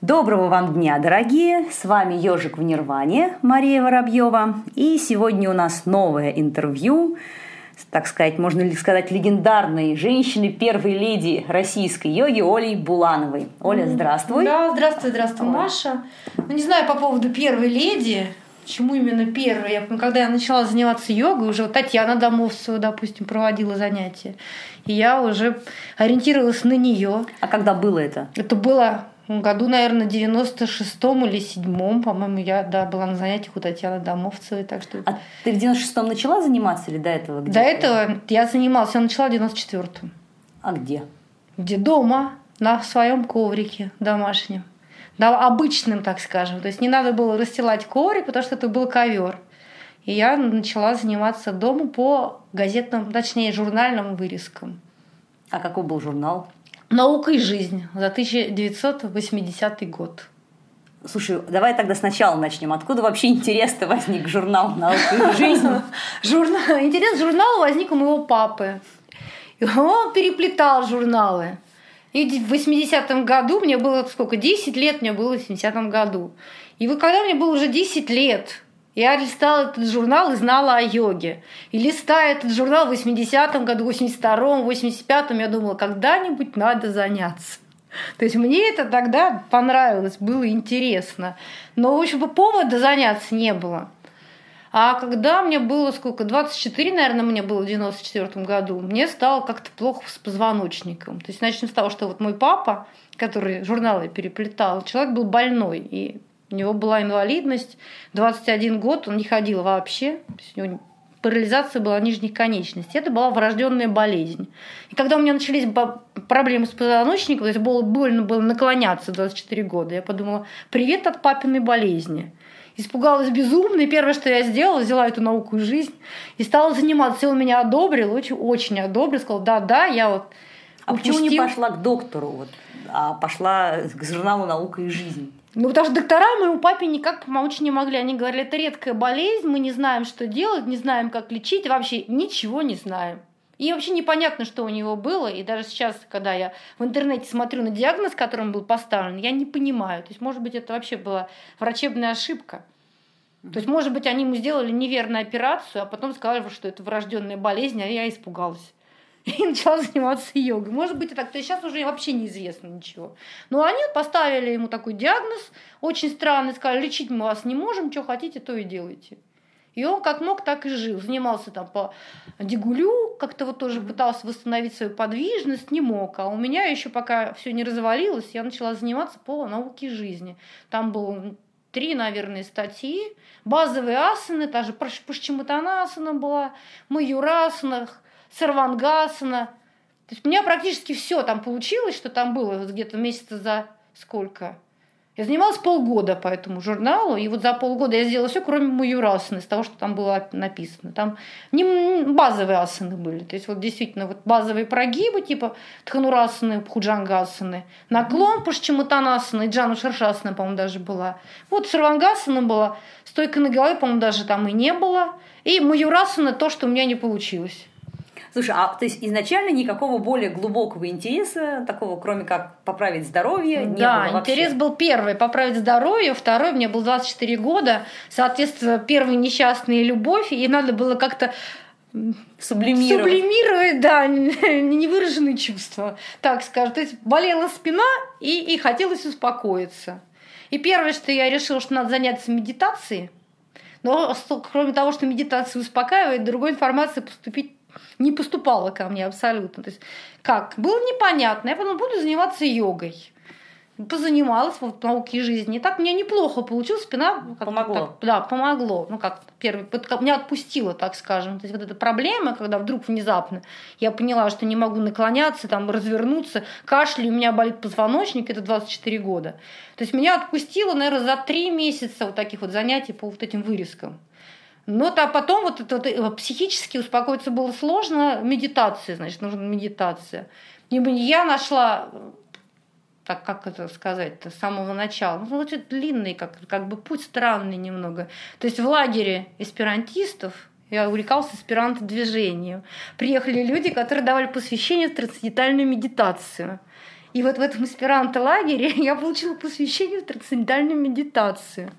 Доброго вам дня, дорогие! С вами «Ежик в Нирване» Мария Воробьева. И сегодня у нас новое интервью, так сказать, можно ли сказать, легендарной женщины, первой леди российской йоги Олей Булановой. Оля, здравствуй! Да, здравствуй, Маша. Не знаю по поводу первой леди, почему именно первой. Когда я начала заниматься йогой, уже Татьяна Домовцева, допустим, проводила занятия. И я уже ориентировалась на нее. А когда было это? Это было в году, наверное, 96-м или 7-м, по-моему, я была на занятиях у Татьяны Домовцевой. Так что... А ты в 96-м начала заниматься или до этого? До этого я занималась, я начала в 94-м. А где? Где? Дома, на своем коврике домашнем. Да, обычным, так скажем. То есть не надо было расстилать коврик, потому что это был ковер. И я начала заниматься дома по газетным, точнее, журнальным вырезкам. А какой был журнал? «Наука и жизнь» за 1980 год. Слушай, давай тогда сначала начнем. Откуда вообще интерес-то возник журнал «Наука и жизнь»? Интерес к журналу возник у моего папы. Он переплетал журналы. И в 80-м году, мне было сколько? 10 лет мне было в 80-м году. И вот когда мне было уже 10 лет, я листала этот журнал и знала о йоге. И листая этот журнал в 80-м году, 82-м, 85-м, я думала, когда-нибудь надо заняться. То есть мне это тогда понравилось, было интересно. Но, в общем, повода заняться не было. А когда мне было сколько? 24, наверное, мне было в 94 году, мне стало как-то плохо с позвоночником. То есть начнем с того, что вот мой папа, который журналы переплетал, человек был больной, и у него была инвалидность, 21 год он не ходил вообще, у него парализация была нижних конечностей. Это была врожденная болезнь. И когда у меня начались проблемы с позвоночником, то есть больно было наклоняться 24 года, я подумала, привет от папиной болезни. Испугалась безумно, и первое, что я сделала, взяла эту «Науку и жизнь» и стала заниматься. И он меня одобрил, очень одобрил, сказал, да, я вот А почему не пошла к доктору, а пошла к журналу «Наука и жизнь»? Ну, потому что доктора моему папе никак помочь не могли. Они говорили, это редкая болезнь, мы не знаем, что делать, не знаем, как лечить, вообще ничего не знаем. И вообще непонятно, что у него было. И даже сейчас, когда я в интернете смотрю на диагноз, который он был поставлен, я не понимаю. То есть, может быть, это вообще была врачебная ошибка. То есть, может быть, они ему сделали неверную операцию, а потом сказали, что это врожденная болезнь, а я испугалась. И начала заниматься йогой. Может быть, и так. То есть сейчас уже вообще неизвестно ничего. Но они поставили ему такой диагноз, очень странный, сказали, лечить мы вас не можем, что хотите, то и делайте. И он как мог, так и жил. Занимался там по дигулю, как-то вот тоже пытался восстановить свою подвижность, не мог. А у меня еще пока все не развалилось, я начала заниматься по науке жизни. Там было 3, наверное, статьи. Базовые асаны, та же Пашчимутанасана была, Маюрасана, Сарвангасана. То есть у меня практически все там получилось, что там было вот где-то месяца за сколько. Я занималась полгода по этому журналу, и вот за полгода я сделала все, кроме Маюрасаны, из того, что там было написано. Там не базовые асаны были. То есть вот действительно вот базовые прогибы, типа Дханурасаны, Бхуджангасаны, наклон Пашчимутанасана и Джану Шаршасана, по-моему, даже была. Вот Сарвангасана была, стойка на голове, по-моему, даже там и не было. И Маюрасана то, что у меня не получилось. Слушай, то есть изначально никакого более глубокого интереса, такого, кроме как поправить здоровье, не было вообще? Да, интерес был первый – поправить здоровье, второй – мне было 24 года, соответственно, первый – несчастная любовь, и надо было как-то сублимировать, да, невыраженные чувства, так скажем. То есть болела спина, и хотелось успокоиться. И первое, что я решила, что надо заняться медитацией, но кроме того, что медитация успокаивает, другой информации не поступала ко мне абсолютно. То есть как? Было непонятно. Я подумала, буду заниматься йогой. Позанималась в науке жизни. И так у меня неплохо получилось. Спина помогло. Помогло. Меня отпустило, так скажем. То есть вот эта проблема, когда вдруг внезапно я поняла, что не могу наклоняться, развернуться, кашляю, у меня болит позвоночник, это 24 года. То есть меня отпустило, наверное, за 3 месяца вот таких вот занятий по вот этим вырезкам. Но потом психически успокоиться было сложно. Медитация, значит, нужна медитация. И я нашла, как это сказать-то, с самого начала. Очень длинный, как бы путь странный немного. То есть в лагере эсперантистов я увлекался эсперанто-движением. Приехали люди, которые давали посвящение в трансцендентальную медитацию. И вот в этом аспирант-лагере я получила посвящение в трансцендентальную медитацию.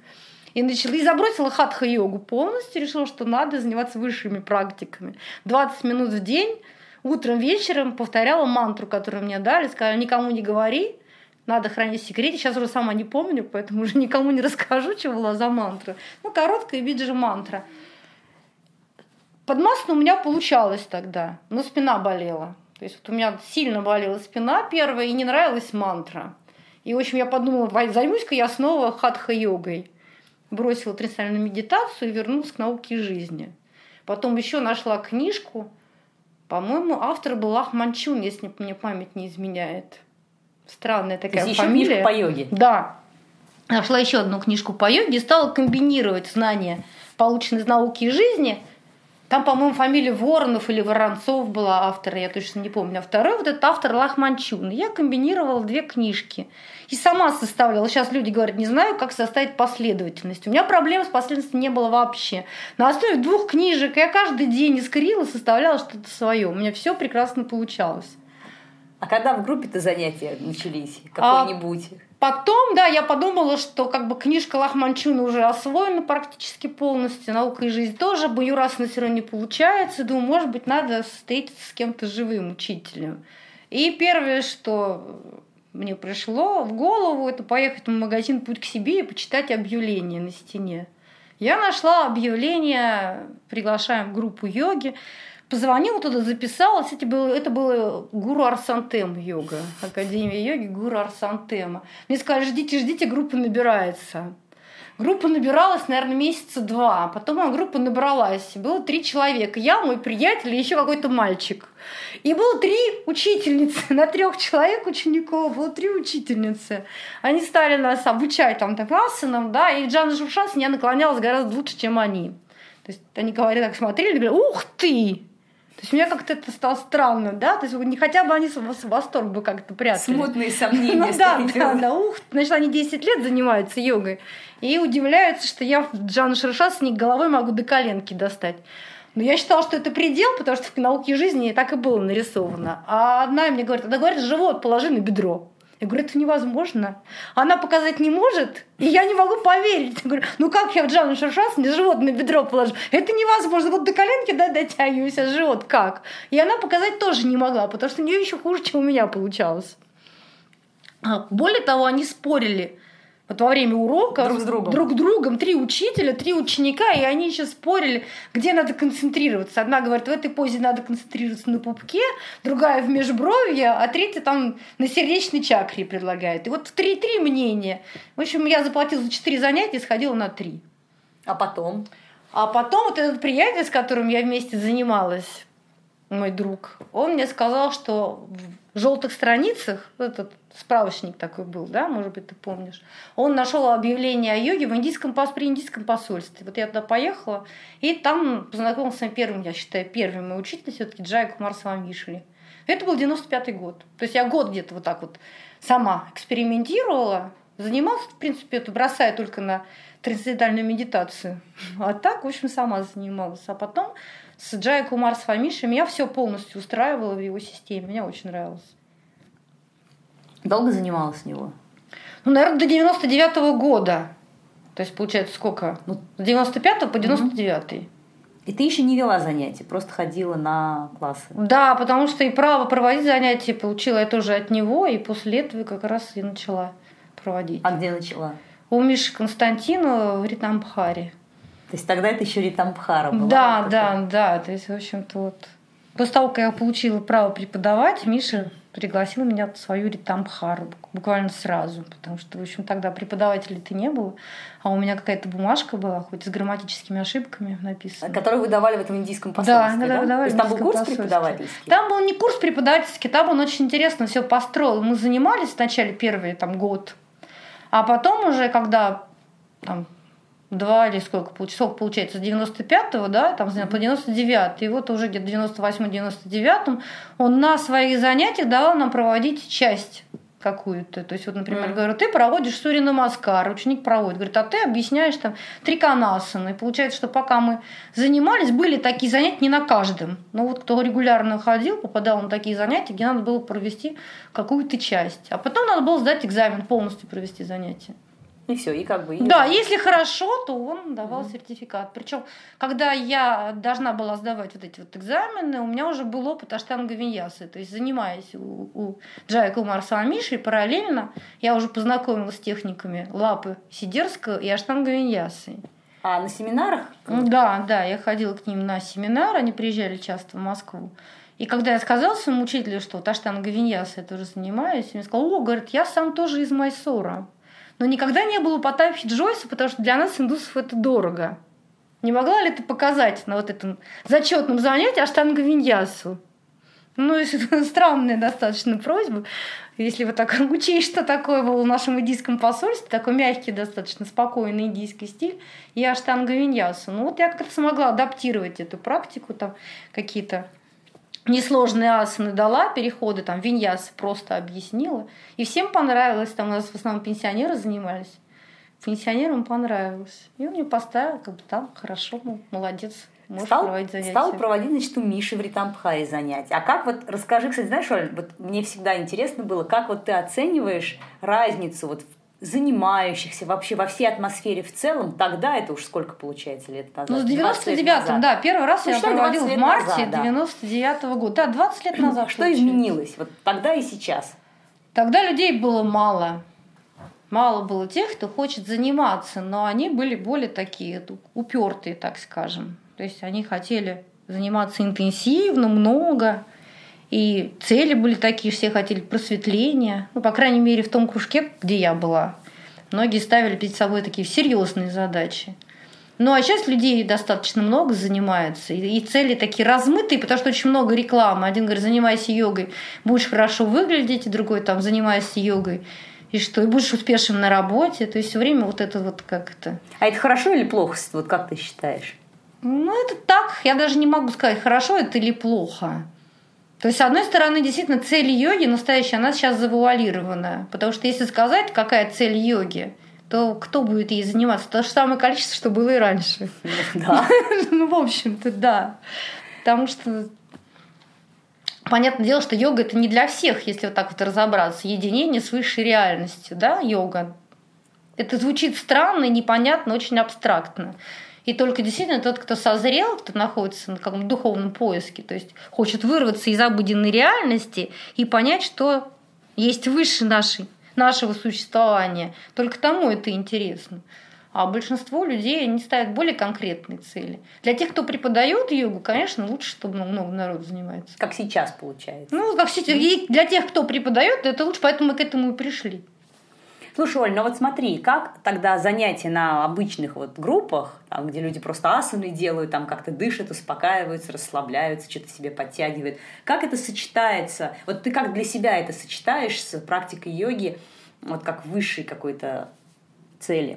И забросила хатха-йогу полностью, решила, что надо заниматься высшими практиками. 20 минут в день, утром, вечером повторяла мантру, которую мне дали, сказали, никому не говори, надо хранить в секрете. Сейчас уже сама не помню, поэтому уже никому не расскажу, что была за мантра. Короткая виджи-мантра. Подмасленно у меня получалось тогда, но спина болела. То есть у меня сильно болела спина первая, и не нравилась мантра. И, в общем, я подумала, займусь-ка я снова хатха-йогой. Бросила трансцендентальную медитацию и вернулась к науке жизни. Потом еще нашла книжку. По-моему, автор был Лах Манчун, если мне память не изменяет. Странная такая фамилия. Еще книжку по йоге. Да. Нашла еще одну книжку по йоге и стала комбинировать знания, полученные из науки жизни. Там, по-моему, фамилия Воронов или Воронцов была автора, я точно не помню. А второй вот этот автор Лах Манчун. Я комбинировала 2 книжки. И сама составляла. Сейчас люди говорят, не знаю, как составить последовательность. У меня проблем с последовательностью не было вообще. На основе 2 книжек я каждый день искрила, составляла что-то свое. У меня все прекрасно получалось. А когда в группе-то занятия начались? Какой-нибудь? Потом, да, я подумала, что книжка Лах Манчуна уже освоена практически полностью, наука и жизнь тоже, баюрасно все равно не получается. Думаю, может быть, надо встретиться с кем-то живым учителем. И первое, что мне пришло в голову, это поехать в магазин «Путь к себе» и почитать объявление на стене. Я нашла объявление, приглашаем в группу йоги, позвонила туда, записалась. Это было Гуру Арсантем йога, Академия йоги Гуру Арсантема. Мне сказали, ждите, группа набирается. Группа набиралась, наверное, месяца 2. Потом группа набралась. Было 3 человека. Я, мой приятель и еще какой-то мальчик. И было 3 учительницы. На 3 человек учеников было 3 учительницы. Они стали нас обучать там асанам, да, и Джана Шуршас меня наклонялась гораздо лучше, чем они. То есть они говорили, так смотрели, говорили, ух ты! То есть мне как-то это стало странно, да? То есть не хотя бы они восторг бы как-то прятали. Смутные сомнения. Да, ух, значит, они 10 лет занимаются йогой. И удивляются, что я в Джану Шуршас с них головой могу до коленки достать. Но я считала, что это предел, потому что в науке жизни так и было нарисовано. А одна мне говорит, живот положи на бедро. Я говорю, это невозможно. Она показать не может, и я не могу поверить. Я говорю, как я в Джану Шуршас мне живот на бедро положу? Это невозможно. Вот до коленки дотягиваюсь, а живот как? И она показать тоже не могла, потому что у нее еще хуже, чем у меня получалось. Более того, они спорили во время урока друг с другом. 3 учителя, 3 ученика, и они еще спорили, где надо концентрироваться. Одна говорит, в этой позе надо концентрироваться на пупке, другая в межбровье, а третья там на сердечной чакре предлагает. И вот 3 мнения. В общем, я заплатила за 4 занятия и сходила на 3. А потом? А потом вот этот приятель, с которым я вместе занималась, мой друг, он мне сказал, что в желтых страницах, этот справочник такой был, да, может быть, ты помнишь, он нашел объявление о йоге при индийском посольстве. Вот я туда поехала, и там познакомился с моим первым, я считаю, первым мой учитель все-таки Джая Кумар Свамишвили. Это был 95-й год. То есть я год где-то вот так вот сама экспериментировала, занималась, в принципе, это бросая только на трансцендентальную медитацию. А так, в общем, сама занималась. А потом с Джая Кумар Свамиши меня все полностью устраивало в его системе. Мне очень нравилось. Долго занималась с него? Наверное, до 99-го года. То есть, получается, сколько? С 95-го по 99-й. И ты еще не вела занятия, просто ходила на классы? Да, потому что и право проводить занятия получила я тоже от него, и после этого как раз и начала проводить. А где начала? У Миши Константинова в Ритамбхаре. То есть тогда это еще Ритамбхара была? Да. То есть, в общем-то, вот. После того, как я получила право преподавать, Миша пригласил меня в свою Ритамбхару буквально сразу, потому что, в общем, тогда преподавателей-то не было, а у меня какая-то бумажка была, хоть с грамматическими ошибками написана. Которую вы давали в этом индийском посольстве, да? Выдавали. То есть там был курс преподавательский? Там был не курс преподавательский, там он очень интересно все построил. Мы занимались вначале первый год, а потом уже, когда там 2 или сколько получается, с 95-го, да, там по 99-й, и вот уже где-то в 98-99-м он на своих занятиях давал нам проводить часть какую-то. То есть, вот, например, говорю, ты проводишь Сурья Намаскар, ученик проводит. Говорит, а ты объясняешь там триконасаны. И получается, что пока мы занимались, были такие занятия не на каждом. Но вот кто регулярно ходил, попадал на такие занятия, где надо было провести какую-то часть. А потом надо было сдать экзамен, полностью провести занятия. И все, и как бы... Да, если хорошо, то он давал сертификат. Причем, когда я должна была сдавать вот эти вот экзамены, у меня уже был опыт аштанга-виньясы. То есть, занимаясь у Джая Кумара Свамиши, параллельно я уже познакомилась с техниками лапы сидерского и аштанга-виньясы. А на семинарах? Да, я ходила к ним на семинар, они приезжали часто в Москву. И когда я сказала своему учителю, что вот аштанга-виньясы я тоже занимаюсь, он мне сказал, говорит, я сам тоже из Майсора. Но никогда не было Паттапхи Джойса, потому что для нас, индусов, это дорого. Не могла ли ты показать на вот этом зачетном занятии аштанга-виньясу? Ну, это странная достаточно просьба. Если вы так учесть, что такое было в нашем индийском посольстве, такой мягкий, достаточно спокойный индийский стиль, и аштанга-виньясу. Ну, вот я как-то смогла адаптировать эту практику, там какие-то несложные асаны дала, переходы, там, виньясы просто объяснила. И всем понравилось. Там у нас в основном пенсионеры занимались. Пенсионерам понравилось. И он мне поставил, как бы там, хорошо, молодец, можешь проводить занятия. Стал проводить, значит, у Миши в Ритамбхаре занятия. А как вот, расскажи, кстати, знаешь, Оль, вот мне всегда интересно было, как вот ты оцениваешь разницу вот в занимающихся вообще во всей атмосфере в целом, тогда это уж сколько получается лет назад? Ну, в 99-м, да, первый раз я проводила в марте назад, 99-го года. Да, 20 лет назад. Что изменилось вот тогда и сейчас? Тогда людей было мало. Мало было тех, кто хочет заниматься, но они были более такие упертые, так скажем. То есть они хотели заниматься интенсивно, много. И цели были такие, все хотели просветления. Ну, по крайней мере, в том кружке, где я была, многие ставили перед собой такие серьезные задачи. Ну, а сейчас людей достаточно много занимается. И цели такие размытые, потому что очень много рекламы. Один говорит, занимайся йогой, будешь хорошо выглядеть, и другой там, занимайся йогой, и что, и будешь успешным на работе. То есть все время вот это вот как-то... А это хорошо или плохо, вот как ты считаешь? Ну, это так. Я даже не могу сказать, хорошо это или плохо. То есть, с одной стороны, действительно, цель йоги настоящая, она сейчас завуалирована. Потому что если сказать, какая цель йоги, то кто будет ей заниматься? То же самое количество, что было и раньше. Да. Ну, в общем-то, да. Потому что, понятное дело, что йога – это не для всех, если вот так вот разобраться. Единение с высшей реальностью, да, йога. Это звучит странно, непонятно, очень абстрактно. И только действительно тот, кто созрел, кто находится на каком-то духовном поиске, то есть хочет вырваться из обыденной реальности и понять, что есть выше нашего существования. Только тому это интересно. А большинство людей, они ставят более конкретные цели. Для тех, кто преподает йогу, конечно, лучше, чтобы много народу занимается. Как сейчас получается. Ну, как сейчас. И для тех, кто преподает, это лучше, поэтому мы к этому и пришли. Слушай, Оль, ну вот смотри, как тогда занятия на обычных вот группах, там, где люди просто асаны делают, там как-то дышат, успокаиваются, расслабляются, что-то себе подтягивают, как это сочетается? Вот ты как для себя это сочетаешь с практикой йоги, вот как высшей какой-то цели?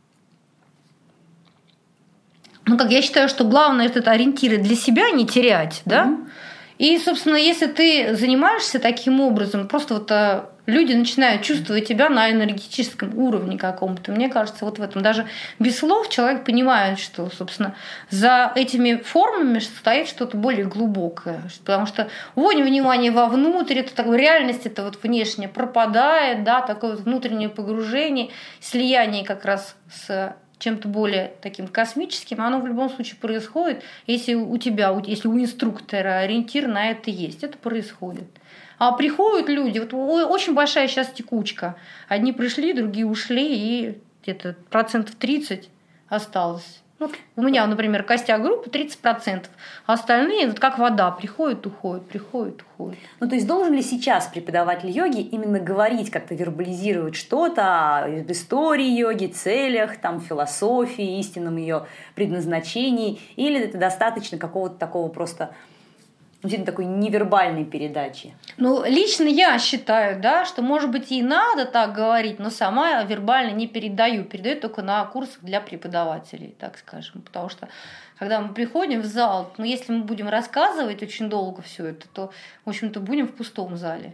Ну, как я считаю, что главное это ориентиры для себя не терять, да? И, собственно, если ты занимаешься таким образом, просто вот люди начинают чувствовать тебя на энергетическом уровне каком-то. Мне кажется, вот в этом даже без слов человек понимает, что, собственно, за этими формами стоит что-то более глубокое. Потому что уводим внимание вовнутрь, это такая реальность, это вот внешне пропадает, да, такое вот внутреннее погружение, слияние как раз с чем-то более таким космическим, оно в любом случае происходит, если у тебя, если у инструктора ориентир на это есть, это происходит. А приходят люди, вот очень большая сейчас текучка. Одни пришли, другие ушли, и где-то 30% осталось. Вот у меня, например, костяк группы 30%, а остальные, вот как вода, приходят, уходят, приходят, уходят. Ну, то есть должен ли сейчас преподаватель йоги именно говорить, как-то вербализировать что-то об истории йоги, целях, там, философии, истинном ее предназначении, или это достаточно какого-то такого просто такой невербальной передачи? Ну, лично я считаю, да, что, может быть, и надо так говорить, но сама вербально не передаю. Передаю только на курсах для преподавателей, так скажем. Потому что, когда мы приходим в зал, если мы будем рассказывать очень долго все это, то, в общем-то, будем в пустом зале.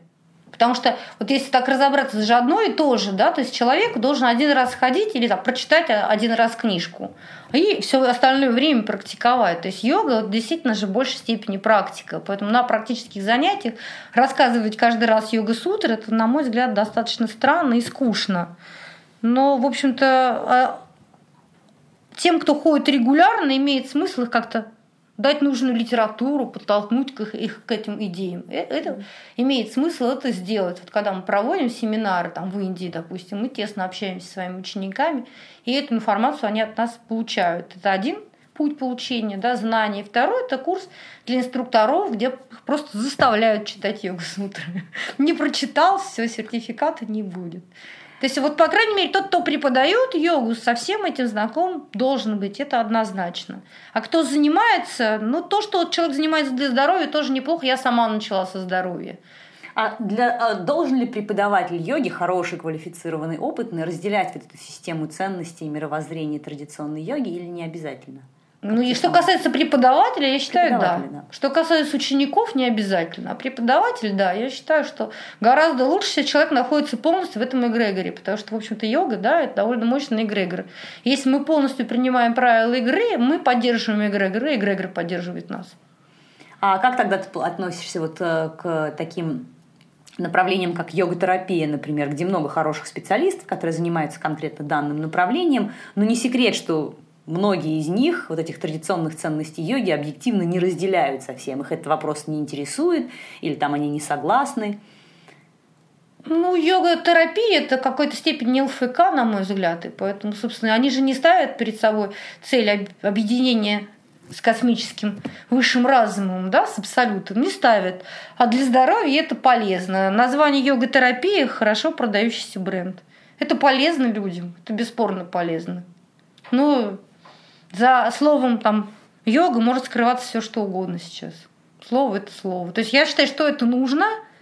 Потому что вот если так разобраться, это же одно и то же, да, то есть человек должен один раз ходить или там, прочитать один раз книжку и все остальное время практиковать. То есть йога действительно же в большей степени практика. Поэтому на практических занятиях рассказывать каждый раз йога-сутры, это, на мой взгляд, достаточно странно и скучно. Но, в общем-то, тем, кто ходит регулярно, имеет смысл их как-то дать нужную литературу, подтолкнуть их к этим идеям. Это имеет смысл это сделать. Вот когда мы проводим семинары там, в Индии, допустим, мы тесно общаемся со своими учениками, и эту информацию они от нас получают. Это один путь получения, да, знаний. Второй – это курс для инструкторов, где их просто заставляют читать йога-сутры. Не прочитал, все, сертификата не будет. То есть, вот, по крайней мере, тот, кто преподает йогу, со всем этим знаком должен быть, это однозначно. А кто занимается, ну, то, что человек занимается для здоровья, тоже неплохо. Я сама начала со здоровья. Должен ли преподаватель йоги, хороший, квалифицированный, опытный, разделять вот эту систему ценностей и мировоззрения традиционной йоги или не обязательно? Ну и что касается преподавателя, я считаю, да. Что касается учеников, не обязательно. А преподаватель, да, я считаю, что гораздо лучше, если человек находится полностью в этом эгрегоре, потому что, в общем-то, йога, да, это довольно мощный эгрегор. Если мы полностью принимаем правила игры, мы поддерживаем эгрегор, и эгрегор поддерживает нас. А как тогда ты относишься вот к таким направлениям, как йога-терапия, например, где много хороших специалистов, которые занимаются конкретно данным направлением, но не секрет, что многие из них, вот этих традиционных ценностей йоги, объективно не разделяют совсем. Их этот вопрос не интересует, или там они не согласны. Ну, йога-терапия – это в какой-то степени ЛФК, на мой взгляд. И поэтому, собственно, они же не ставят перед собой цель объединения с космическим высшим разумом, да, с абсолютом, не ставят. А для здоровья это полезно. Название йога-терапия – хорошо продающийся бренд. Это полезно людям, это бесспорно полезно. Ну, за словом там йога может скрываться все что угодно сейчас. Слово – это слово. То есть я считаю, что это нужно,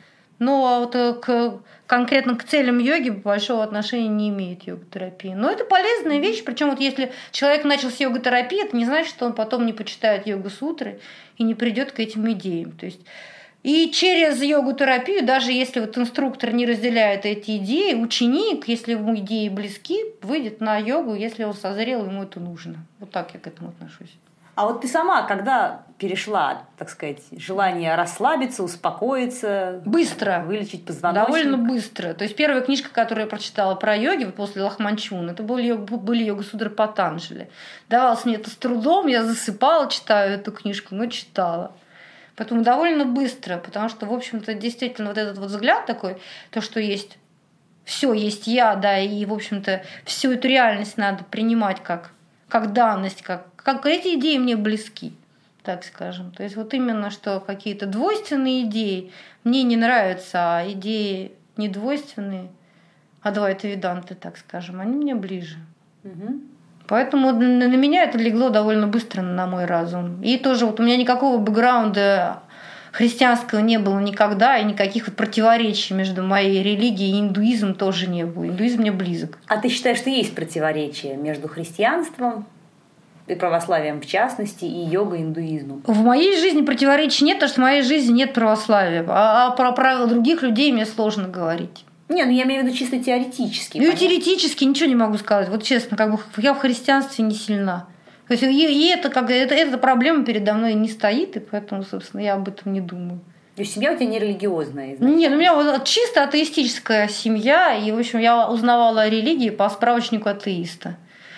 но вот конкретно к целям йоги большого отношения не имеет йога-терапия. Но это полезная вещь, причем вот если человек начал с йога-терапии, это не значит, что он потом не почитает йога-сутры и не придет к этим идеям. То есть и через йогу-терапию, даже если вот инструктор не разделяет эти идеи, ученик, если ему идеи близки, выйдет на йогу, если он созрел, ему это нужно. Вот так я к этому отношусь. А вот ты сама, когда перешла, так сказать, желание расслабиться, успокоиться, быстро, вылечить позвоночник? Довольно быстро. То есть первая книжка, которую я прочитала про йоги после Лахманчуна, это были йога-сутры Патанджали. Давалось мне это с трудом, я засыпала, читаю эту книжку, но читала. Поэтому довольно быстро, потому что, в общем-то, действительно вот этот вот взгляд такой, то, что есть все есть я, да, и, в общем-то, всю эту реальность надо принимать как данность, как эти идеи мне близки, так скажем. То есть вот именно, что какие-то двойственные идеи мне не нравятся, а идеи недвойственные, Адвайта Веданты, так скажем, они мне ближе. Угу. Поэтому на меня это легло довольно быстро на мой разум. И тоже вот у меня никакого бэкграунда христианского не было никогда, и никаких вот противоречий между моей религией и индуизмом тоже не было. Индуизм мне близок. А ты считаешь, что есть противоречие между христианством и православием в частности, и йогой, и индуизмом? В моей жизни противоречий нет, потому что в моей жизни нет православия. А про правила других людей мне сложно говорить. Не, ну я имею в виду чисто теоретически. Ну, теоретически ничего не могу сказать. Вот честно, как бы я в христианстве не сильна. То есть и эта проблема передо мной не стоит, и поэтому, собственно, я об этом не думаю. То есть семья у тебя не религиозная? Нет, у меня вот чисто атеистическая семья, и, в общем, я узнавала о религии по справочнику атеиста.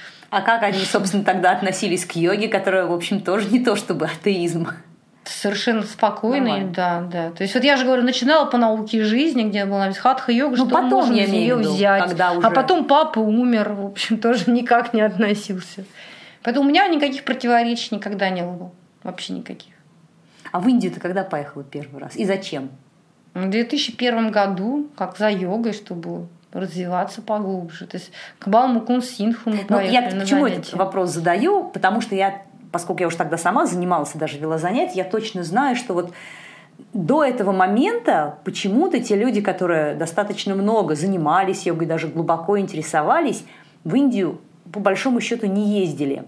А как они, собственно, тогда относились к йоге, которая, в общем, тоже не то чтобы атеизм? Совершенно спокойно, да. То есть вот я же говорю, начинала по науке жизни, где была хатха-йога, что потом можно из нее взять. Уже... А потом папа умер, в общем, тоже никак не относился. Поэтому у меня никаких противоречий никогда не было. Вообще никаких. А в Индию ты когда поехала первый раз? И зачем? В 2001 году, как за йогой, чтобы развиваться поглубже. То есть к Балмукун Синху мы поехали я на занятия. Почему этот вопрос задаю? Потому что поскольку я уже тогда сама занималась и даже вела занятия, я точно знаю, что вот до этого момента почему-то те люди, которые достаточно много занимались йогой, даже глубоко интересовались, в Индию по большому счету не ездили.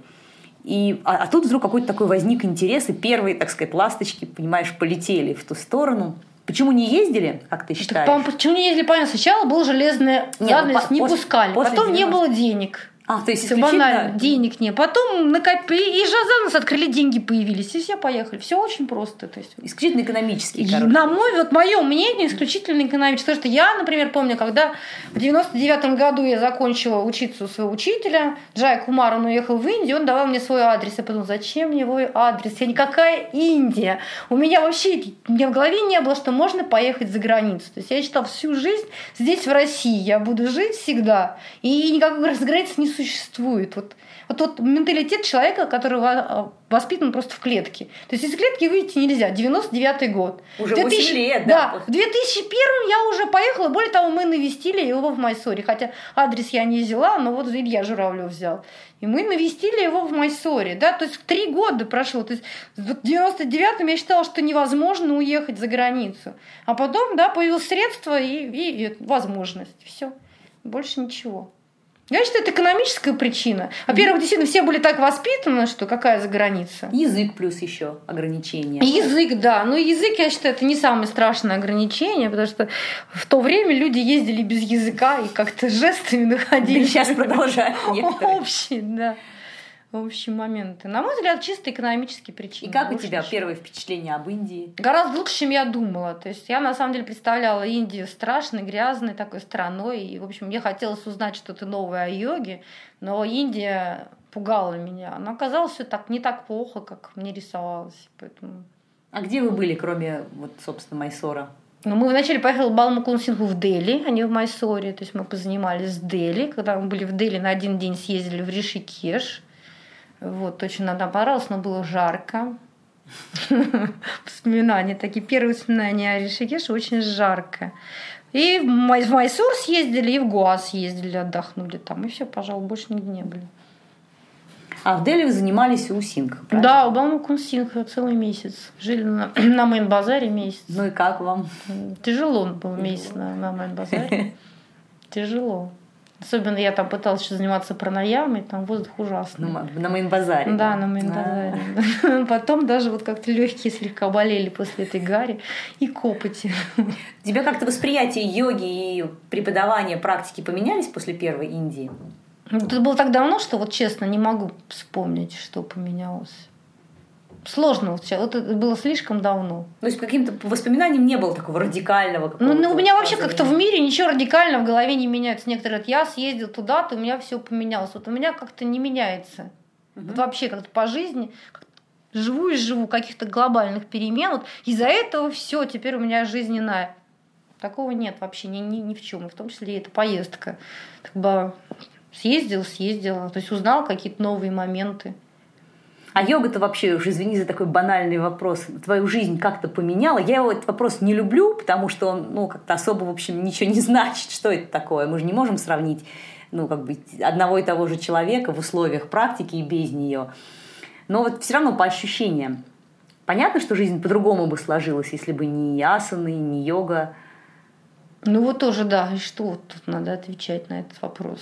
А тут вдруг какой-то такой возник интерес, и первые, так сказать, ласточки, понимаешь, полетели в ту сторону. Почему не ездили, как ты считаешь? Почему не ездили, понятно. Сначала был железный занавес, не пускали. Потом не было денег. То есть исключительно... денег нет. Потом накопили, и занавес открыли, деньги появились, и все поехали. Все очень просто. То есть... Исключительно экономические, На мое мнение, исключительно экономические. Потому что я, например, помню, когда в 99-м году я закончила учиться у своего учителя, Джай Кумар, он уехал в Индию, он давал мне свой адрес. Я подумала, зачем мне его адрес? Я никакая Индия. У меня в голове не было, что можно поехать за границу. То есть я считала всю жизнь здесь, в России. Я буду жить всегда. И никакой границы не существует. Вот менталитет человека, который воспитан просто в клетке. То есть из клетки выйти нельзя. 99-й год. Уже 8 лет, да. В 2001-м я уже поехала. Более того, мы навестили его в Майсоре. Хотя адрес я не взяла, но вот Илья Журавлев взял. И мы навестили его в Майсоре. Да? То есть 3 года прошло. То есть в 99-м я считала, что невозможно уехать за границу. А потом появилось средство и возможность. Все. Больше ничего. Я считаю, это экономическая причина. Во-первых, действительно, все были так воспитаны, что какая за граница. Язык плюс еще ограничения. Язык, да. Но язык, я считаю, это не самое страшное ограничение, потому что в то время люди ездили без языка и как-то жестами находили. Сейчас продолжают некоторые. Общие моменты. На мой взгляд, чисто экономические причины. И как у тебя первое впечатление об Индии? Гораздо лучше, чем я думала. То есть я на самом деле представляла Индию страшной, грязной такой страной. И, в общем, мне хотелось узнать что-то новое о йоге, но Индия пугала меня. Но оказалось, все не так плохо, как мне рисовалось. Поэтому... А где вы были, кроме, собственно, Майсора? Мы вначале поехали в Балмукун-Сингху в Дели, а не в Майсоре. То есть мы позанимались в Дели. Когда мы были в Дели, на один день съездили в Ришикеш. Очень нам понравилось, но было жарко. Воспоминания такие. Первые воспоминания о Ришикеше очень жарко. И в Майсур съездили, и в Гоа съездили, отдохнули там. И все, пожалуй, больше нигде не были. А в Дели вы занимались у Сингха, правильно? Да, у Балмукун-Сингха целый месяц. Жили на Мейн-базаре месяц. Ну и как вам? Тяжело был месяц на Мейн-базаре. Тяжело. Особенно я там пыталась еще заниматься пранаямой, там воздух ужасный. На Мейн-базаре? Да, на Мейн-базаре. Потом даже как-то легкие слегка болели после этой гари и копоти. У тебя как-то восприятие йоги и преподавание практики поменялись после первой Индии? Это было так давно, что честно не могу вспомнить, что поменялось. Сложно. Это было слишком давно. То есть каким-то воспоминанием не было такого радикального какого-то. У меня вообще как-то в мире ничего радикального в голове не меняется. Некоторые говорят, я съездил туда-то, у меня все поменялось. У меня как-то не меняется. Вообще как-то по жизни живу каких-то глобальных перемен. Из-за этого все, теперь у меня жизнь иная. Такого нет вообще ни в чем. В том числе и эта поездка. Съездила. То есть узнала какие-то новые моменты. А йога-то вообще, уж извини за такой банальный вопрос, твою жизнь как-то поменяла? Я этот вопрос не люблю, потому что он как-то особо, в общем, ничего не значит, что это такое. Мы же не можем сравнить одного и того же человека в условиях практики и без нее. Но все равно по ощущениям. Понятно, что жизнь по-другому бы сложилась, если бы не асаны, не йога. Тоже да. И что тут надо отвечать на этот вопрос?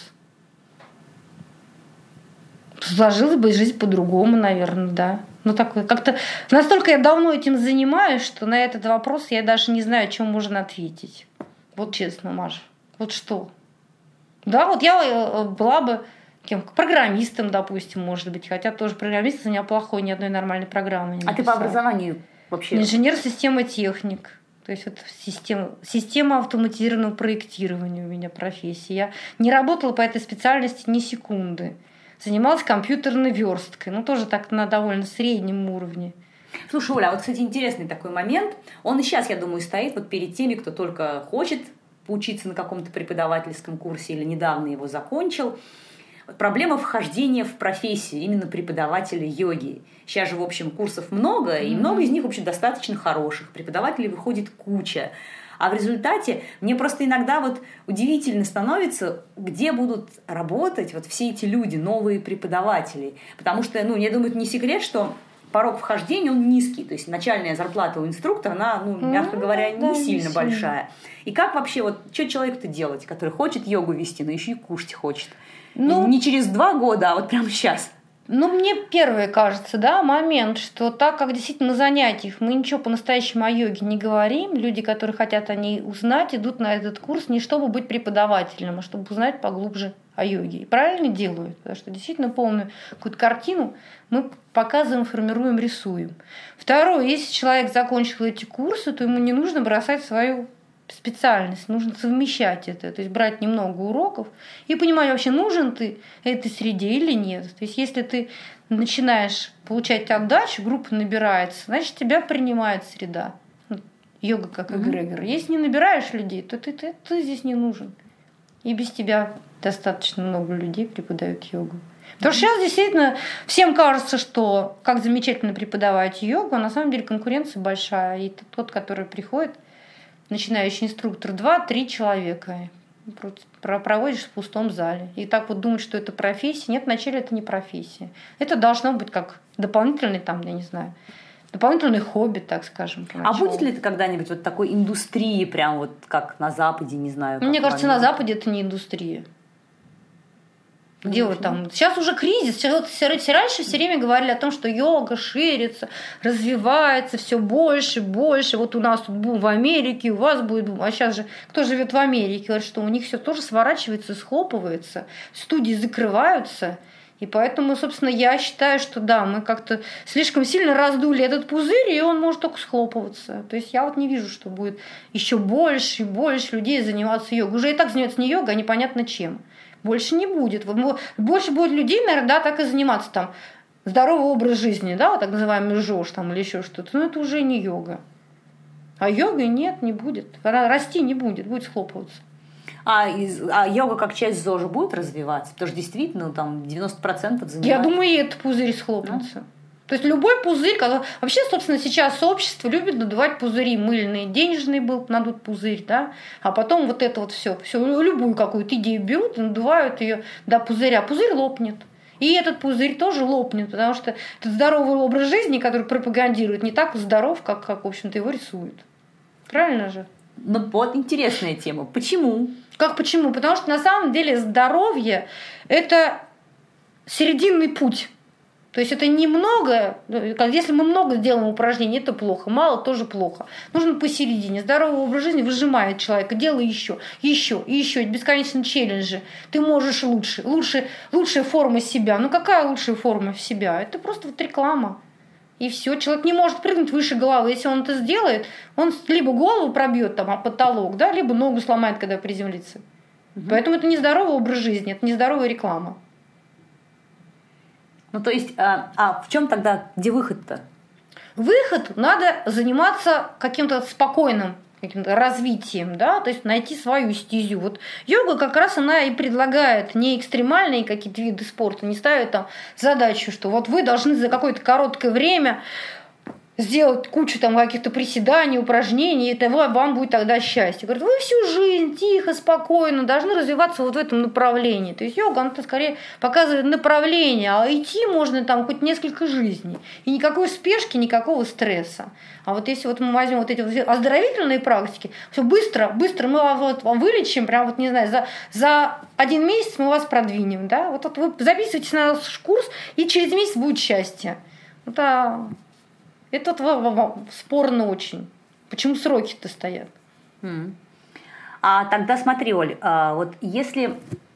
Сложилась бы жизнь по-другому, наверное, да. Как-то настолько я давно этим занимаюсь, что на этот вопрос я даже не знаю, о чем можно ответить. Честно, Маша. Что? Да, я была бы программистом, допустим, может быть. Хотя тоже программист у меня плохой, ни одной нормальной программы не написала. А ты по образованию вообще? Инженер-системотехник. То есть система автоматизированного проектирования у меня профессия. Я не работала по этой специальности ни секунды. Занималась компьютерной версткой. Тоже так на довольно среднем уровне. Слушай, Оля, кстати, интересный такой момент. Он и сейчас, я думаю, стоит перед теми, кто только хочет поучиться на каком-то преподавательском курсе или недавно его закончил. Проблема вхождения в профессию именно преподавателя йоги. Сейчас же, в общем, курсов много, и много из них, в общем, достаточно хороших. Преподавателей выходит куча. А в результате мне просто иногда удивительно становится, где будут работать все эти люди, новые преподаватели. Потому что, я думаю, это не секрет, что порог вхождения, он низкий. То есть начальная зарплата у инструктора, она, мягко говоря, не сильно большая. И как вообще, что человеку-то делать, который хочет йогу вести, но еще и кушать хочет? Не через 2 года, а прямо сейчас. Ну, мне первое кажется, да, момент, что так как действительно на занятиях мы ничего по-настоящему о йоге не говорим, люди, которые хотят о ней узнать, идут на этот курс не чтобы быть преподавателем, а чтобы узнать поглубже о йоге. И правильно делают, потому что действительно полную какую-то картину мы показываем, формируем, рисуем. Второе, если человек закончил эти курсы, то ему не нужно бросать свою специальность, нужно совмещать это, то есть брать немного уроков и понимать, вообще нужен ты этой среде или нет. То есть если ты начинаешь получать отдачу, группа набирается, значит, тебя принимает среда. Йога как эгрегор. Если не набираешь людей, то ты здесь не нужен. И без тебя достаточно много людей преподают йогу. Потому что сейчас действительно всем кажется, что как замечательно преподавать йогу, а на самом деле конкуренция большая. И тот, который приходит, начинающий инструктор, 2-3 человека проводишь в пустом зале. И так вот думать, что это профессия. Нет, вначале это не профессия. Это должно быть как дополнительный, там, я не знаю, дополнительный хобби, так скажем. Поначалу. А будет ли это когда-нибудь вот такой индустрии, прям вот как на Западе, не знаю? Мне кажется, на Западе это не индустрия. Где вот там? Сейчас уже кризис. Раньше все время говорили о том, что йога ширится, развивается все больше, больше. Вот у нас тут бум в Америке, у вас будет бум. А сейчас же кто живет в Америке, говорит, что у них все тоже сворачивается, схлопывается, студии закрываются. И поэтому, собственно, я считаю, что да, мы как-то слишком сильно раздули этот пузырь, и он может только схлопываться. То есть я вот не вижу, что будет еще больше и больше людей заниматься йогой. Уже и так занимаются не йогой, а непонятно чем. Больше не будет. Больше будет людей, наверное, да, так и заниматься там здоровый образ жизни, да, вот так называемый ЖОЖ там или еще что-то. Но это уже не йога. А йога нет, не будет. Расти не будет, будет схлопываться. А йога как часть ЗОЖа будет развиваться? Потому что действительно там 90% занимается. Я думаю, и этот пузырь схлопнется. То есть любой пузырь, вообще, собственно, сейчас сообщество любит надувать пузыри мыльные, денежный был надут пузырь, да, а потом вот это вот все любую какую-то идею берут и надувают ее до пузыря, пузырь лопнет. И этот пузырь тоже лопнет, потому что этот здоровый образ жизни, который пропагандирует, не так здоров, как в общем-то, его рисуют. Правильно же? Ну вот интересная тема. Почему? Как почему? Потому что на самом деле здоровье – это серединный путь. То есть это немного, если мы много делаем упражнений, это плохо, мало тоже плохо. Нужно посередине. Здоровый образ жизни выжимает человека, делай еще, еще и еще, бесконечные челленджи. Ты можешь лучшая форма себя. Ну какая лучшая форма себя? Это просто вот реклама. И все, человек не может прыгнуть выше головы. Если он это сделает, он либо голову пробьет там, о потолок, да, либо ногу сломает, когда приземлится. Поэтому это не здоровый образ жизни, это не здоровая реклама. Ну, то есть, в чем тогда, где выход-то? Выход надо заниматься каким-то спокойным каким-то развитием, да, то есть найти свою стезю. Вот йога как раз она и предлагает не экстремальные какие-то виды спорта, не ставит там задачу, что вот вы должны за какое-то короткое время сделать кучу там каких-то приседаний, упражнений, и это вам будет тогда счастье. Говорят, вы всю жизнь тихо, спокойно должны развиваться вот в этом направлении. То есть йога, она скорее показывает направление, а идти можно там хоть несколько жизней. И никакой спешки, никакого стресса. А вот если вот мы возьмем вот эти оздоровительные практики, все быстро мы вас вылечим, прям вот не знаю, за 1 месяц мы вас продвинем. Да? Вот вы записывайтесь на наш курс, и через месяц будет счастье. Это спорно очень. Почему сроки-то стоят? А тогда смотри, Оль, вот если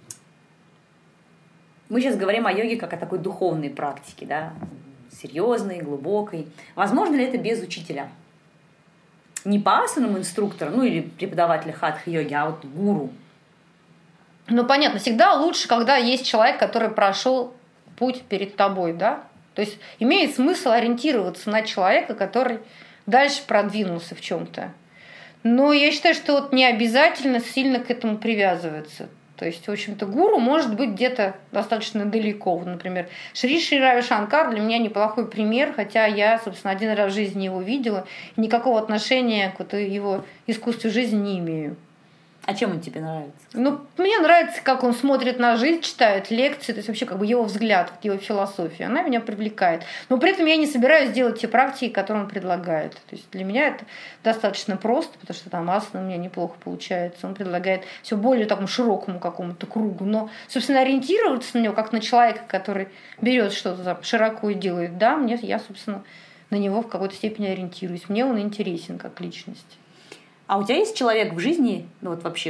мы сейчас говорим о йоге как о такой духовной практике, да, серьезной, глубокой, возможно ли это без учителя? Не по асанам инструктора, ну или преподавателя хатха-йоги, а вот гуру. Ну, понятно, всегда лучше, когда есть человек, который прошел путь перед тобой, да? То есть имеет смысл ориентироваться на человека, который дальше продвинулся в чем-то. Но я считаю, что вот не обязательно сильно к этому привязываться. То есть, в общем-то, гуру может быть где-то достаточно далеко. Например, Шри Рави Шанкар для меня неплохой пример, хотя я, собственно, 1 раз в жизни его видела, и никакого отношения к его искусству жизни не имею. А чем он тебе нравится? Ну, мне нравится, как он смотрит на жизнь, читает лекции, то есть вообще как бы его взгляд, его философия, она меня привлекает. Но при этом я не собираюсь делать те практики, которые он предлагает. То есть для меня это достаточно просто, потому что там асана у меня неплохо получается. Он предлагает все более такому широкому какому-то кругу. Но, собственно, ориентироваться на него, как на человека, который берет что-то там широко и делает, да, я, собственно, на него в какой-то степени ориентируюсь. Мне он интересен как личность. А у тебя есть человек в жизни, ну вот вообще,